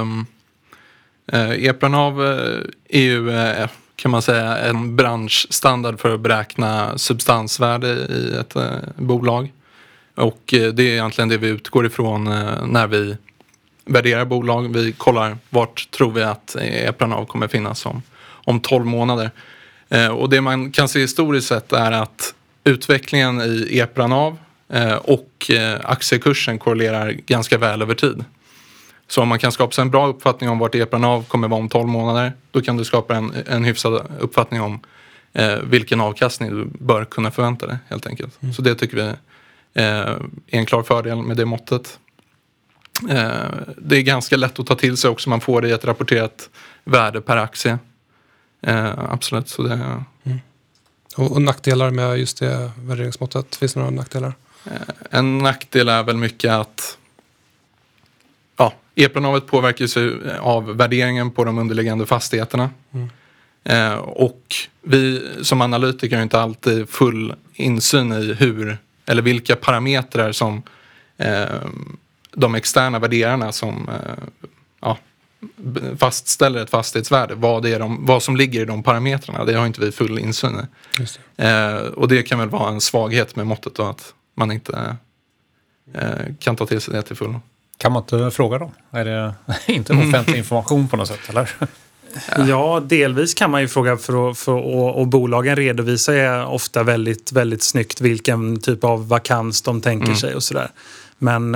EPRA-nav är ju, kan man säga, en branschstandard för att beräkna substansvärde i ett bolag. Och det är egentligen det vi utgår ifrån när vi värderar bolag. Vi kollar vart tror vi att EPRA-nav kommer finnas om 12 månader. Och det man kan se historiskt sett är att utvecklingen i EPRA-nav och aktiekursen korrelerar ganska väl över tid. Så om man kan skapa sig en bra uppfattning om vart EPRA-nav kommer vara om 12 månader, då kan du skapa en hyfsad uppfattning om vilken avkastning du bör kunna förvänta dig, helt enkelt. Så det tycker vi är en klar fördel med det måttet. Det är ganska lätt att ta till sig också. Man får det i ett rapporterat värde per aktie. Absolut. Så det, Och nackdelar med just det värderingsmåttet? Finns det några nackdelar? En nackdel är väl mycket att EPRA-navet påverkas av värderingen på de underliggande fastigheterna. Och vi som analytiker har inte alltid full insyn i hur eller vilka parametrar som de externa värderarna som fastställer ett fastighetsvärde, vad som ligger i de parametrarna, det har inte vi full insyn i. Just det. Och det kan väl vara en svaghet med måttet då, att man inte kan ta till sig det till full. Kan man inte fråga dem? Är det inte offentlig information på något sätt, eller? Ja, delvis kan man ju fråga och bolagen redovisar ju ofta väldigt, väldigt snyggt vilken typ av vakans de tänker sig och sådär. Men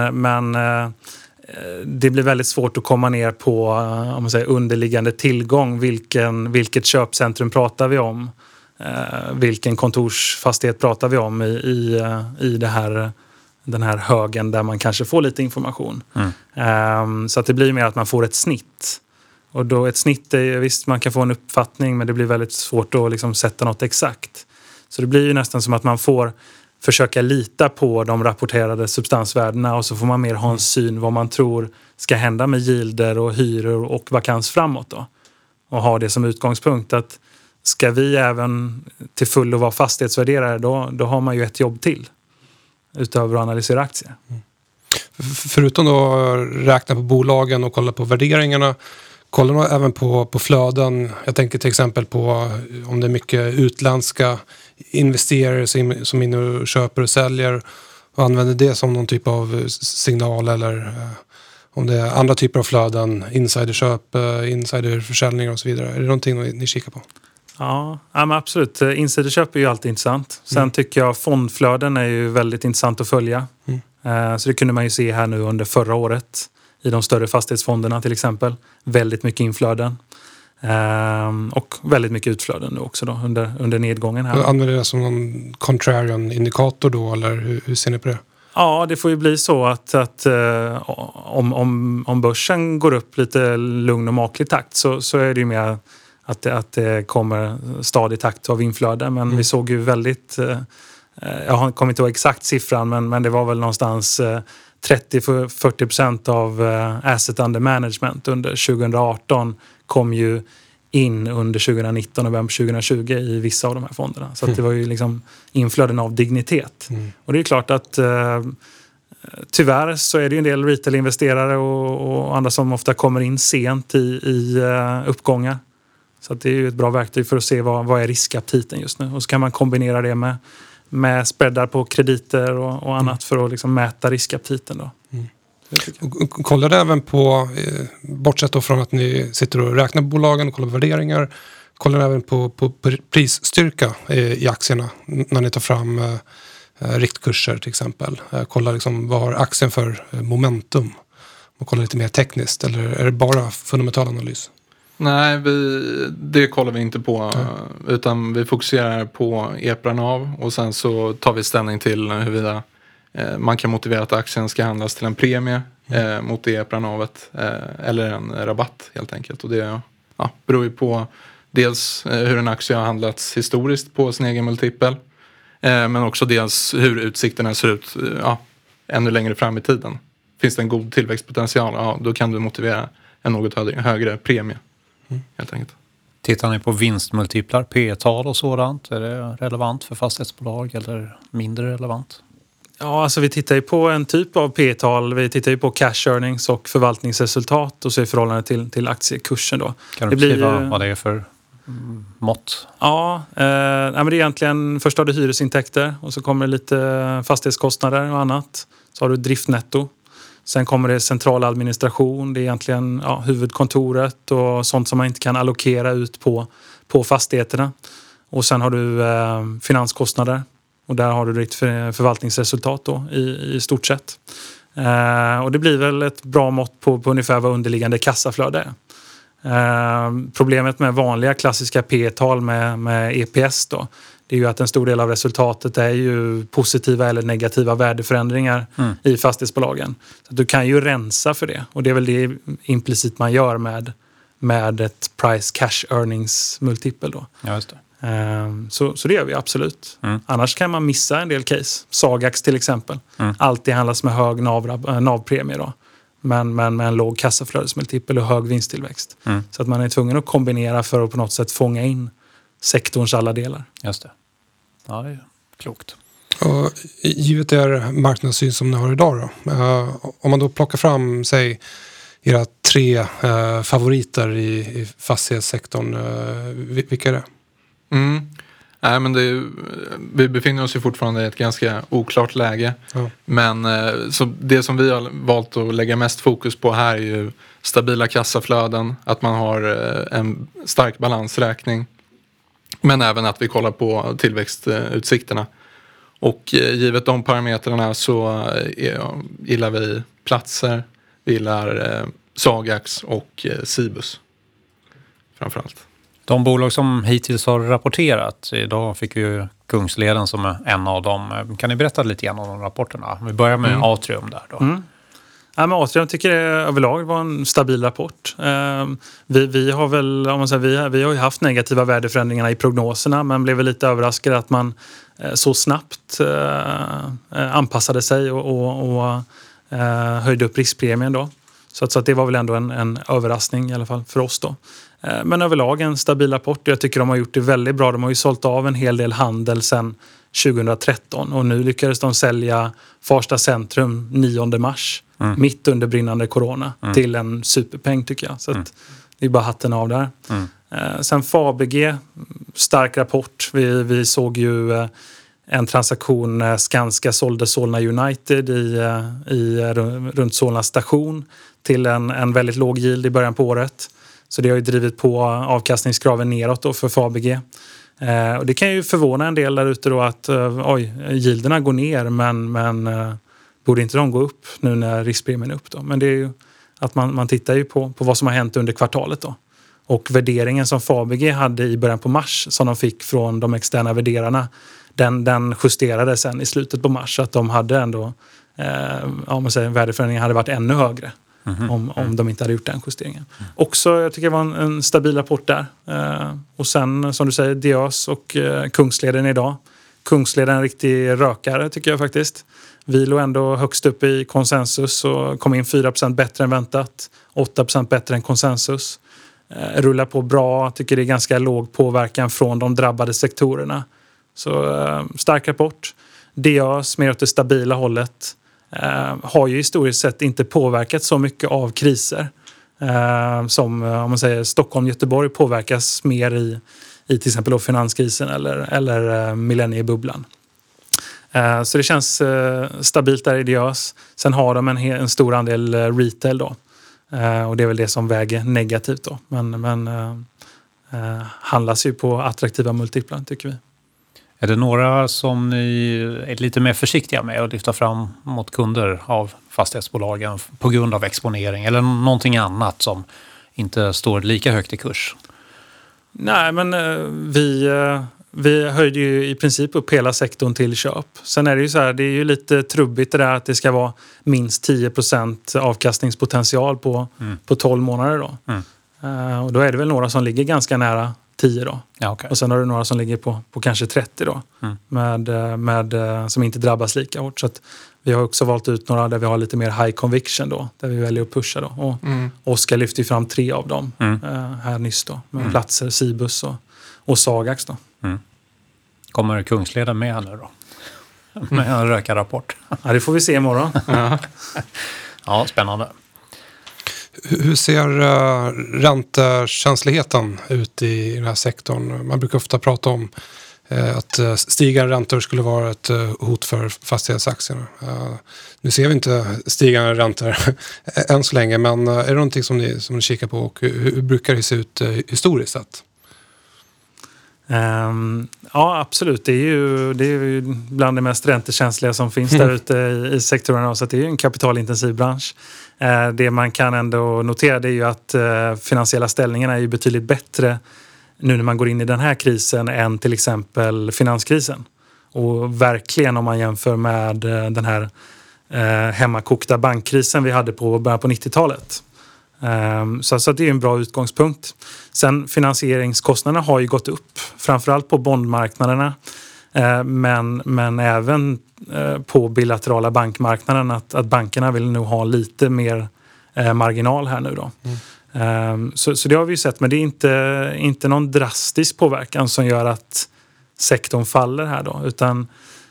det blir väldigt svårt att komma ner på om man säger, underliggande tillgång. Vilket köpcentrum pratar vi om? Vilken kontorsfastighet pratar vi om i den här högen där man kanske får lite information. Så att det blir mer att man får ett snitt. Och då ett snitt är visst, man kan få en uppfattning, men det blir väldigt svårt att liksom sätta något exakt. Så det blir ju nästan som att man får försöka lita på de rapporterade substansvärdena, och så får man mer ha en syn vad man tror ska hända med yielder och hyror och vakans framåt då. Och ha det som utgångspunkt att ska vi även till fullo vara fastighetsvärderare, då har man ju ett jobb till utöver att analysera aktier. Förutom då räkna på bolagen och kolla på värderingarna, kollar man även på flöden. Jag tänker till exempel på om det är mycket utländska investerare som in och köper och säljer och använder det som någon typ av signal, eller om det är andra typer av flöden, insiderköp, insiderförsäljningar och så vidare. Är det någonting ni kikar på? Ja, men absolut. Insiderköp är ju alltid intressant. Sen tycker jag fondflöden är ju väldigt intressant att följa. Så det kunde man ju se här nu under förra året i de större fastighetsfonderna till exempel. Väldigt mycket inflöden. Och väldigt mycket utflöden nu också då under nedgången här. Använder det som någon contrarian indikator då, eller hur ser ni på det? Ja, det får ju bli så att om börsen går upp lite lugn och maklig takt så är det ju mer att det kommer stadig takt av inflöde. Men vi såg ju väldigt, jag kommer inte ihåg exakt siffran, men det var väl någonstans 30-40% av asset under management under 2018 kom ju in under 2019 och november 2020 i vissa av de här fonderna. Så att det var ju liksom inflöden av dignitet. Och det är klart att tyvärr så är det ju en del retail-investerare och andra som ofta kommer in sent i uppgångar. Så att det är ju ett bra verktyg för att se vad är riskaptiten just nu. Och så kan man kombinera det med spreadar på krediter och annat för att liksom mäta riskaptiten då. Kollar det även på, bortsett då från att ni sitter och räknar på bolagen och kollar på värderingar, kollar även på prisstyrka i aktierna när ni tar fram riktkurser till exempel. Kolla liksom, vad har aktien för momentum? Och kolla lite mer tekniskt, eller är det bara fundamental analys? Nej, det kollar vi inte på, utan vi fokuserar på EPRA-NAV och sen så tar vi ställning till huruvida man kan motivera att aktien ska handlas till en premie mot EPRA-NAVet eller en rabatt helt enkelt. Och det beror ju på dels hur en aktie har handlats historiskt på sin egen multipel, men också dels hur utsikterna ser ut ännu längre fram i tiden. Finns det en god tillväxtpotential, då kan du motivera en något högre premie. Helt enkelt. Tittar ni på vinstmultiplar, P-tal och sådant? Är det relevant för fastighetsbolag eller mindre relevant? Ja, alltså vi tittar ju på en typ av P-tal. Vi tittar ju på cash earnings och förvaltningsresultat och så i förhållande till aktiekursen då. Kan du beskriva vad det är för mått? Ja, men det är egentligen först har du hyresintäkter och så kommer det lite fastighetskostnader och annat. Så har du driftnetto. Sen kommer det central administration, det är egentligen huvudkontoret och sånt som man inte kan allokera ut på fastigheterna. Och sen har du finanskostnader och där har du ditt förvaltningsresultat då i stort sett. Och det blir väl ett bra mått på ungefär vad underliggande kassaflöde är. Problemet med vanliga klassiska P-tal med EPS då, det är ju att en stor del av resultatet är ju positiva eller negativa värdeförändringar i fastighetsbolagen. Så du kan ju rensa för det. Och det är väl det implicit man gör med ett price cash earnings multipel då. Ja, just det. Så det gör vi absolut. Annars kan man missa en del case. Sagax till exempel. Alltid handlas med hög NAV-premie då. Men med en låg kassaflödesmultipel och hög vinsttillväxt. Så att man är tvungen att kombinera för att på något sätt fånga in sektorns alla delar. Just det. Ja, det är klokt. Och givet er marknadssyn som ni har idag då, om man då plockar fram, säg, era 3 favoriter i fastighetssektorn, vilka är det? Nej, men vi befinner oss ju fortfarande i ett ganska oklart läge. Ja. Men så det som vi har valt att lägga mest fokus på här är ju stabila kassaflöden, att man har en stark balansräkning. Men även att vi kollar på tillväxtutsikterna. Och givet de parametrarna så gillar vi platser, vi gillar Sagax och Cibus framförallt. De bolag som hittills har rapporterat, idag fick vi ju Kungsleden som är en av dem. Kan ni berätta lite grann om de rapporterna? Vi börjar med Atrium där då. Ja, men Atrium tycker jag överlag var en stabil rapport. Vi har väl, om man säger, vi har ju haft negativa värdeförändringarna i prognoserna, men blev väl lite överraskade att man så snabbt anpassade sig och höjde upp riskpremien då. Så att det var väl ändå en överraskning i alla fall för oss då. Men överlag en stabil rapport. Jag tycker de har gjort det väldigt bra. De har ju sålt av en hel del handel sedan 2013 och nu lyckades de sälja Farsta centrum 9 mars. Mitt under brinnande corona till en superpeng tycker jag. Så att det är bara hatten av där. Sen Fabege, stark rapport. Vi såg ju en transaktion Skanska sålde Solna United runt Solna station till en väldigt låg yield i början på året. Så det har ju drivit på avkastningskraven neråt då för Fabege. Och det kan ju förvåna en del där ute då att yielderna går ner men borde inte de gå upp nu när riskpremien är upp då. Men det är ju att man tittar ju på vad som har hänt under kvartalet då. Och värderingen som Fabege hade i början på mars som de fick från de externa värderarna, den justerades sen i slutet på mars så att de hade ändå värdeförändringen hade varit ännu högre. Om de inte hade gjort den justeringen. Också, jag tycker det var en stabil rapport där. Och sen, som du säger, Diös och Kungsleden idag. Kungsleden är en riktig rökare tycker jag faktiskt. Vi låg ändå högst upp i konsensus och kom in 4% bättre än väntat. 8% bättre än konsensus. Rullar på bra, tycker det är ganska låg påverkan från de drabbade sektorerna. Så stark rapport. Diös mer åt det stabila hållet. Har ju historiskt sett inte påverkat så mycket av kriser som om man säger Stockholm, Göteborg påverkas mer i till exempel finanskrisen eller millenniebubblan. Så det känns stabilt där i Diös. Sen har de en stor andel retail då. Och det är väl det som väger negativt då. Men handlas ju på attraktiva multiplar tycker vi. Är det några som ni är lite mer försiktiga med att lyfta fram mot kunder av fastighetsbolagen på grund av exponering eller någonting annat som inte står lika högt i kurs? Nej, men vi höjde ju i princip upp hela sektorn till köp. Sen är det ju så här, det är ju lite trubbigt det där att det ska vara minst 10% avkastningspotential på 12 månader då. Och då är det väl några som ligger ganska nära 10 då. Ja, okay. Och sen har du några som ligger på kanske 30 då. Med som inte drabbas lika hårt. Så att vi har också valt ut några där vi har lite mer high conviction då. Där vi väljer att pusha då. Och Oskar lyfter ju fram 3 av dem här nyss då. Med platser, Cibus och Sagax då. Kommer Kungsleden med här nu då? Med en rökarrapport. Ja, det får vi se imorgon. Ja, spännande. Hur ser räntekänsligheten ut i den här sektorn? Man brukar ofta prata om att stigande räntor skulle vara ett hot för fastighetsaktierna. Nu ser vi inte stigande räntor än så länge, men är det någonting som ni kikar på och hur brukar det se ut historiskt sett? Ja, absolut. Det är ju bland det mest räntekänsliga som finns där ute i sektorerna. Så det är ju en kapitalintensiv bransch. Det man kan ändå notera det är ju att finansiella ställningarna är ju betydligt bättre nu när man går in i den här krisen än till exempel finanskrisen. Och verkligen om man jämför med den här hemmakokta bankkrisen vi hade på början på 90-talet. Så det är en bra utgångspunkt. Sen finansieringskostnaderna har ju gått upp, framförallt på bondmarknaderna, men även på bilaterala bankmarknaden att bankerna vill nog ha lite mer marginal här nu då. Så det har vi ju sett, men det är inte någon drastisk påverkan som gör att sektorn faller här då, utan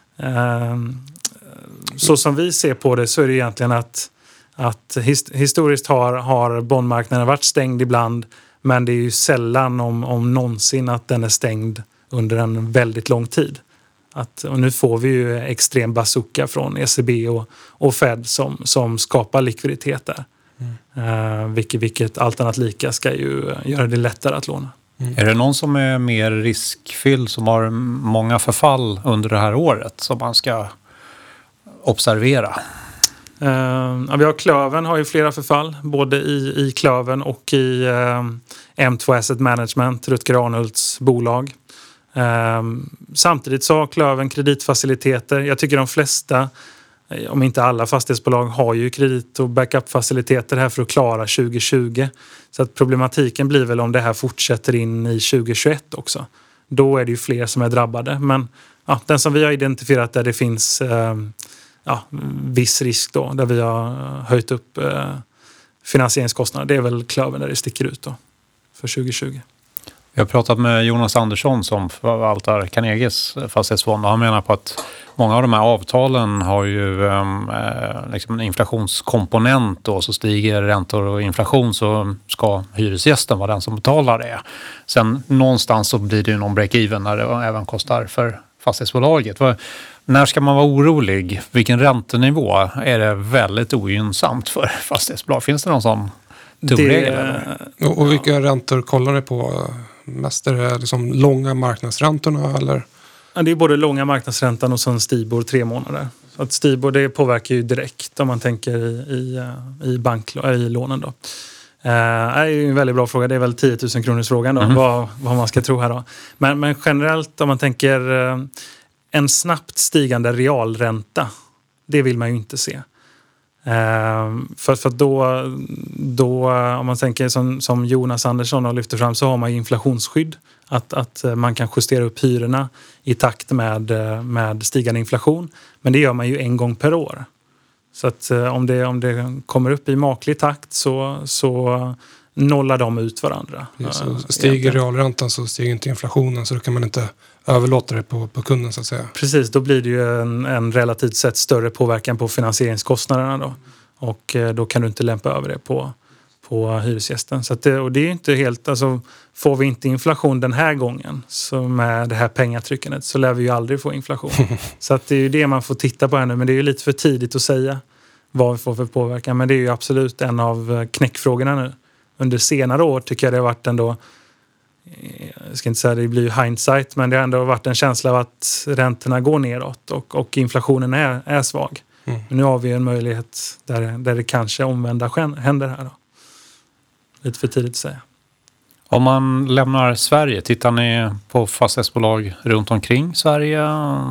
så som vi ser på det så är det egentligen att historiskt har bondmarknaden varit stängd ibland, men det är ju sällan om någonsin att den är stängd under en väldigt lång tid. Och nu får vi ju extrem bazooka från ECB och Fed som skapar likviditet där. Vilket allt annat lika ska ju göra det lättare att låna. Är det någon som är mer riskfylld, som har många förfall under det här året som man ska observera? Vi har Klövern har ju flera förfall, både i Klövern och i M2 Asset Management, Rutger Arnhults bolag. Samtidigt så har Klövern kreditfaciliteter. Jag tycker de flesta, om inte alla fastighetsbolag, har ju kredit- och backup-faciliteter här för att klara 2020. Så att problematiken blir väl om det här fortsätter in i 2021 också. Då är det ju fler som är drabbade. Men ja, den som vi har identifierat där det finns viss risk då, där vi har höjt upp finansieringskostnader, det är väl Klövern där det sticker ut då för 2020. Jag har pratat med Jonas Andersson som förvaltar Carnegies fastighetsfond, och han menar på att många av de här avtalen har ju liksom en inflationskomponent, och så stiger räntor och inflation så ska hyresgästen vara den som betalar det. Sen någonstans så blir det ju någon break-even när det även kostar för fastighetsbolaget. När ska man vara orolig? Vilken räntenivå är det väldigt ogynnsamt för fastighetsbolag? Finns det någon sån tumregel? Och vilka räntor kollar ni på? Mest är det liksom långa marknadsräntorna eller? Ja, det är både långa marknadsräntan och sen Stibor 3 månader. Så att Stibor, det påverkar ju direkt om man tänker i lånen då. Det är ju en väldigt bra fråga. Det är väl 10 000 kronors frågan då. Vad man ska tro här då. Men generellt om man tänker en snabbt stigande realränta, det vill man ju inte se. För då om man tänker som Jonas Andersson har lyft fram, så har man ju inflationsskydd. Att man kan justera upp hyrorna i takt med stigande inflation. Men det gör man ju en gång per år. Så att om det kommer upp i maklig takt så nollar de ut varandra. Så stiger realräntan så stiger inte inflationen, så då kan man inte överlåta det på kunden så att säga. Precis, då blir det ju en relativt sett större påverkan på finansieringskostnaderna då. Och då kan du inte lämpa över det på hyresgästen. Så att och det är inte helt, alltså får vi inte inflation den här gången så med det här pengatryckandet så lär vi ju aldrig få inflation. Så att det är ju det man får titta på här nu, men det är ju lite för tidigt att säga vad vi får för påverkan. Men det är ju absolut en av knäckfrågorna nu. Under senare år tycker jag det har varit ändå jag ska inte säga det blir ju hindsight, men det har ändå varit en känsla av att räntorna går neråt och inflationen är svag. Men nu har vi en möjlighet där det kanske omvända händer här då. Lite för tidigt att säga. Om man lämnar Sverige, tittar ni på fastighetsbolag runt omkring Sverige?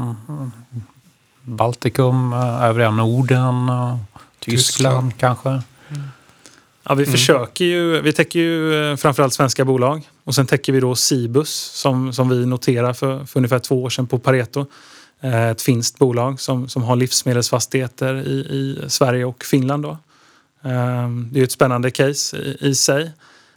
Baltikum, övriga Norden, Tyskland kanske? Ja, vi täcker ju framförallt svenska bolag. Och sen täcker vi då Cibus som vi noterar för ungefär 2 år sedan på Pareto. Ett finskt bolag som har livsmedelsfastigheter i Sverige och Finland då. Det är ett spännande case i sig.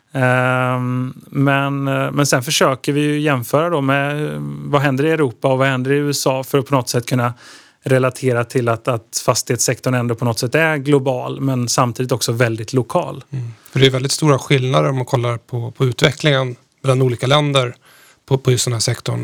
Men sen försöker vi ju jämföra då med vad händer i Europa och vad händer i USA för att på något sätt kunna relatera till att fastighetssektorn ändå på något sätt är global men samtidigt också väldigt lokal. För det är väldigt stora skillnader om man kollar på utvecklingen mellan olika länder på just den här sektorn.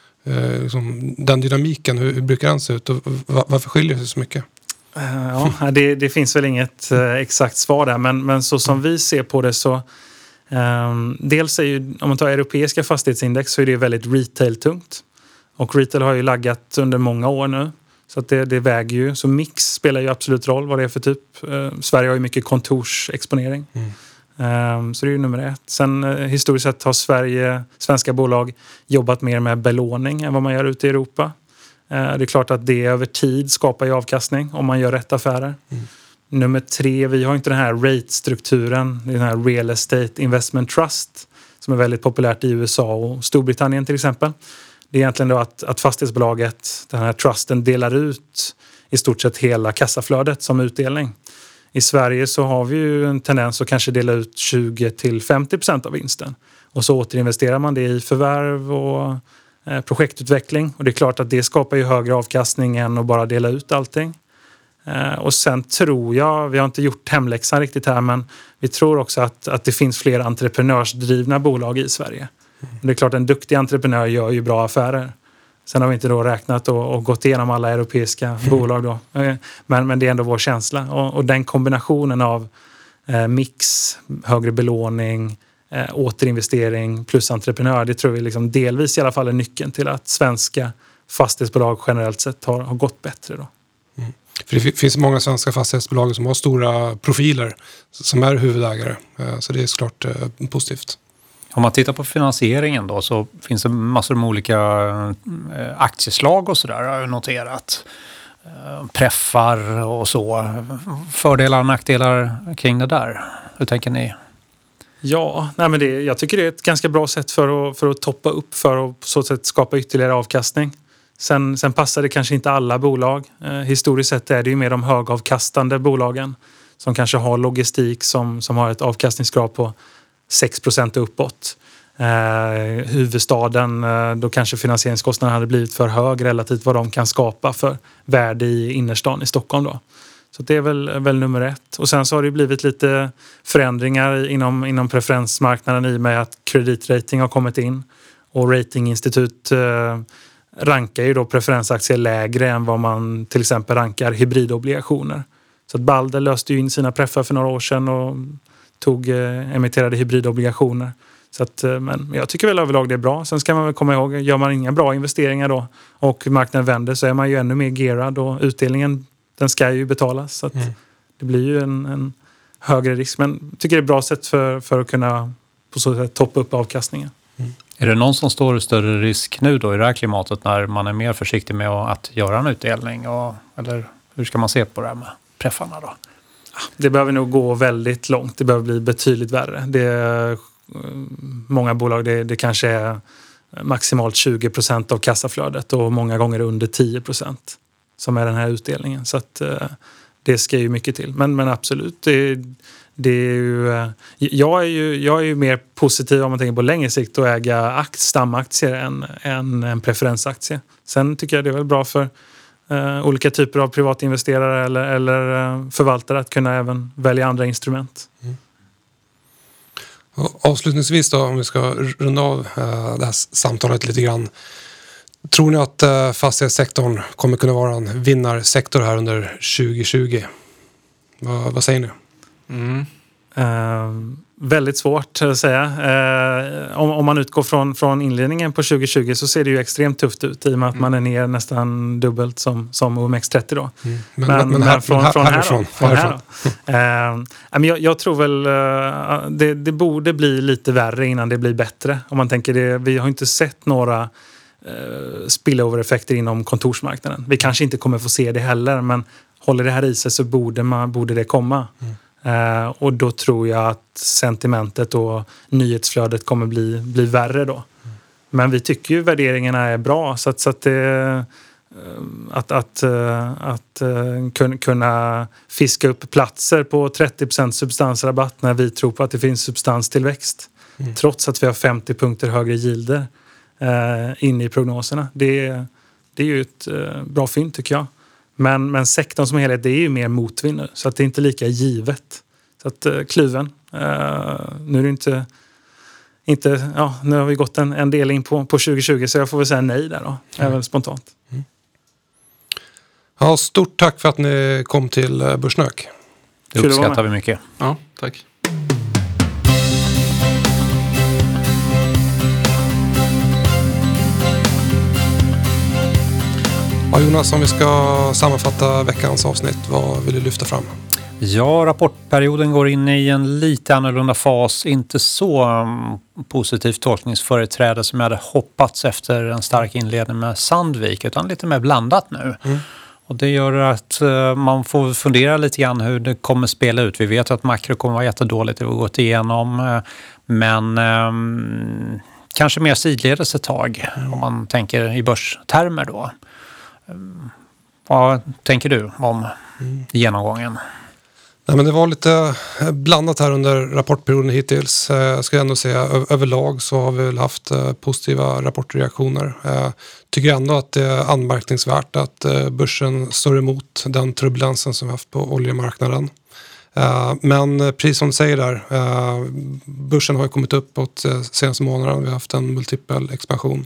Den dynamiken, hur brukar den se ut och varför skiljer det sig så mycket? Ja, det finns väl inget exakt svar där, men så som vi ser på det så dels är ju, om man tar europeiska fastighetsindex så är det väldigt retail-tungt. Och retail har ju laggat under många år nu. Så att det väger ju. Så mix spelar ju absolut roll vad det är för typ. Sverige har ju mycket kontorsexponering. Så det är ju nummer 1. Sen historiskt sett har svenska bolag jobbat mer med belåning än vad man gör ute i Europa. Det är klart att det över tid skapar ju avkastning om man gör rätt affärer. Nummer 3, vi har inte den här rate-strukturen. Den här Real Estate Investment Trust som är väldigt populärt i USA och Storbritannien till exempel. Det är egentligen då att fastighetsbolaget, den här trusten, delar ut i stort sett hela kassaflödet som utdelning. I Sverige så har vi ju en tendens att kanske dela ut 20-50% av vinsten. Och så återinvesterar man det i förvärv och projektutveckling. Och det är klart att det skapar ju högre avkastning än att bara dela ut allting. Och sen tror jag, vi har inte gjort hemläxan riktigt här, men vi tror också att det finns fler entreprenörsdrivna bolag i Sverige. Det är klart en duktig entreprenör gör ju bra affärer. Sen har vi inte då räknat och gått igenom alla europeiska bolag då. Men det är ändå vår känsla. Och den kombinationen av mix, högre belåning, återinvestering plus entreprenör, det tror vi liksom delvis i alla fall är nyckeln till att svenska fastighetsbolag generellt sett har gått bättre då. För det finns många svenska fastighetsbolag som har stora profiler som är huvudägare. Så det är såklart positivt. Om man tittar på finansieringen då så finns det massor med olika aktieslag och sådär har jag noterat. Preffar och så. Fördelar och nackdelar kring det där. Hur tänker ni? Ja, nej men jag tycker det är ett ganska bra sätt för att toppa upp för att på så sätt skapa ytterligare avkastning. Sen passar det kanske inte alla bolag. Historiskt sett är det ju mer de högavkastande bolagen som kanske har logistik som har ett avkastningskrav på 6% uppåt. Huvudstaden, då kanske finansieringskostnaden hade blivit för hög relativt vad de kan skapa för värde i innerstan i Stockholm då. Så det är väl nummer 1. Och sen så har det blivit lite förändringar inom preferensmarknaden i och med att kreditrating har kommit in. Och ratinginstitut rankar ju då preferensaktier lägre än vad man till exempel rankar hybridobligationer. Så att Balder löste ju in sina preffar för några år sedan och emitterade hybridobligationer. Så att, men jag tycker väl överlag det är bra. Sen ska man väl komma ihåg, gör man inga bra investeringar då och marknaden vänder så är man ju ännu mer gearad och utdelningen den ska ju betalas. Så att det blir ju en högre risk. Men jag tycker det är ett bra sätt för att kunna på så sätt toppa upp avkastningen. Är det någon som står i större risk nu då i det här klimatet när man är mer försiktig med att göra en utdelning? Eller hur ska man se på det här med preffarna då? Det behöver nog gå väldigt långt. Det behöver bli betydligt värre. Det är många bolag, det kanske är maximalt 20% av kassaflödet och många gånger under 10% som är den här utdelningen. Så att det ska ju mycket till. Men absolut, det är ju, jag är ju mer positiv om man tänker på längre sikt att äga stamaktier än en preferensaktie. Sen tycker jag det är väl bra för olika typer av privatinvesterare eller förvaltare att kunna även välja andra instrument. Och avslutningsvis då, om vi ska runda av det här samtalet lite grann. Tror ni att fastighetssektorn kommer kunna vara en vinnarsektor här under 2020? Vad säger ni? Väldigt svårt att säga. Om man utgår från inledningen på 2020 så ser det ju extremt tufft ut i och med att man är ner nästan dubbelt som OMX30 då. Men från jag tror väl det borde bli lite värre innan det blir bättre. Om man tänker det, vi har inte sett några spillover-effekter inom kontorsmarknaden. Vi kanske inte kommer få se det heller, men håller det här i sig så borde det komma. Och då tror jag att sentimentet och nyhetsflödet kommer bli värre då. Men vi tycker ju värderingarna är bra så att det, att kunna fiska upp platser på 30% substansrabatt när vi tror på att det finns substanstillväxt trots att vi har 50 punkter högre yielder inne i prognoserna. Det är ju ett bra fynd tycker jag. Men sektorn som helhet, det är ju mer motvind nu. Så att det är inte lika givet. Så att kluven. Nu är det inte nu har vi gått en del in på 2020. Så jag får väl säga nej där då. Även spontant. Ja, stort tack för att ni kom till Börssnök. Det uppskattar vi mycket. Ja, tack. Ja, Jonas, om vi ska sammanfatta veckans avsnitt, vad vill du lyfta fram? Ja, rapportperioden går in i en lite annorlunda fas. Inte så positivt tolkningsföreträde som jag hade hoppats efter en stark inledning med Sandvik, utan lite mer blandat nu. Och det gör att man får fundera lite grann hur det kommer spela ut. Vi vet att makro kommer vara jättedåligt, det har gått igenom. Men kanske mer sidledes ett tag om man tänker i börstermer då. Vad tänker du om genomgången? Nej, men det var lite blandat här under rapportperioden hittills. Jag ska ändå säga överlag så har vi väl haft positiva rapportreaktioner. Tycker ändå att det är anmärkningsvärt att börsen står emot den turbulensen som vi haft på oljemarknaden. Men precis som du säger där, börsen har ju kommit uppåt senaste månaden. Vi har haft en multipel expansion.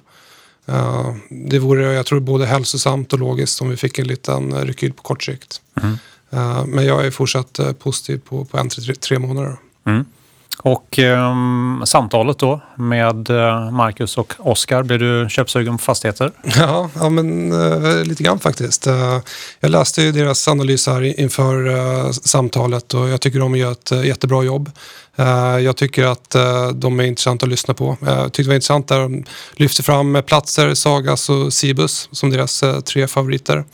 Det vore, jag tror, både hälsosamt och logiskt om vi fick en liten rekyl på kort sikt. Men jag är fortsatt positiv på 1-3 månader. Och samtalet då med Marcus och Oskar, blir du köpsugen på fastigheter? Ja men lite grann faktiskt. Jag läste ju deras analys här inför samtalet och jag tycker de gör ett jättebra jobb. Jag tycker att de är intressanta att lyssna på. Jag tyckte det var intressant där de lyfter fram Platzer, Sagas och Cibus som deras 3 favoriter.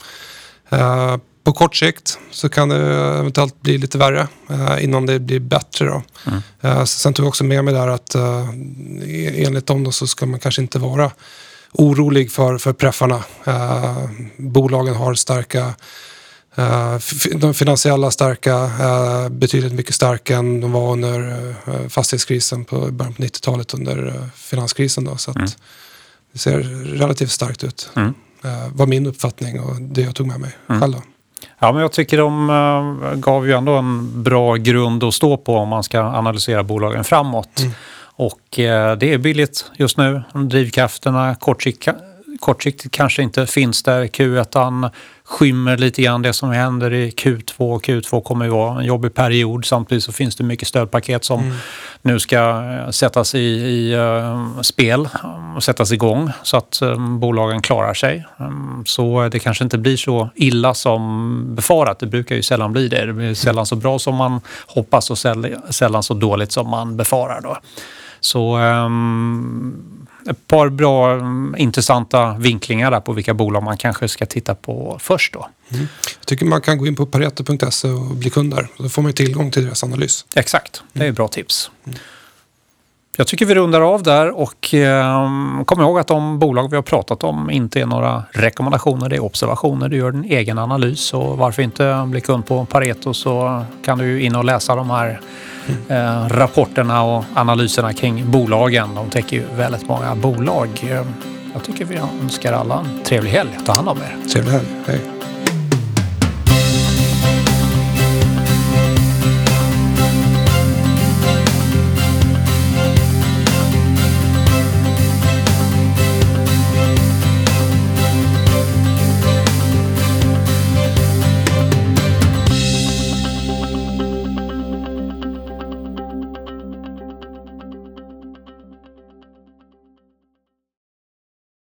På kort sikt så kan det eventuellt bli lite värre innan det blir bättre då. Sen tog jag också med mig där att enligt dem då så ska man kanske inte vara orolig för preffarna. Bolagen har starka de finansiella starka, betydligt mycket starkare än de var under fastighetskrisen på början på 90-talet under finanskrisen då, så att det ser relativt starkt ut. Var min uppfattning och det jag tog med mig själv då. Ja, men jag tycker de gav ju ändå en bra grund att stå på om man ska analysera bolagen framåt. Och det är billigt just nu. Drivkrafterna kortsiktigt kanske inte finns där. Q1 skymmer lite grann det som händer i Q2. Q2 kommer ju vara en jobbig period. Samtidigt så finns det mycket stödpaket som nu ska sättas i spel och sättas igång så att bolagen klarar sig. Så det kanske inte blir så illa som befarat. Det brukar ju sällan bli det. Det blir sällan så bra som man hoppas och sällan så dåligt som man befarar då. Så ett par bra intressanta vinklingar där på vilka bolag man kanske ska titta på först då. Jag tycker man kan gå in på pareto.se och bli kund där. Då får man ju tillgång till deras analys. Exakt, det är bra tips. Jag tycker vi rundar av där och kom ihåg att de bolag vi har pratat om inte är några rekommendationer, det är observationer. Du gör en egen analys och varför inte bli kund på Pareto så kan du in och läsa de här rapporterna och analyserna kring bolagen. De täcker ju väldigt många bolag. Jag tycker vi önskar alla en trevlig helg. Ta hand om er. Trevlig helg. Hej.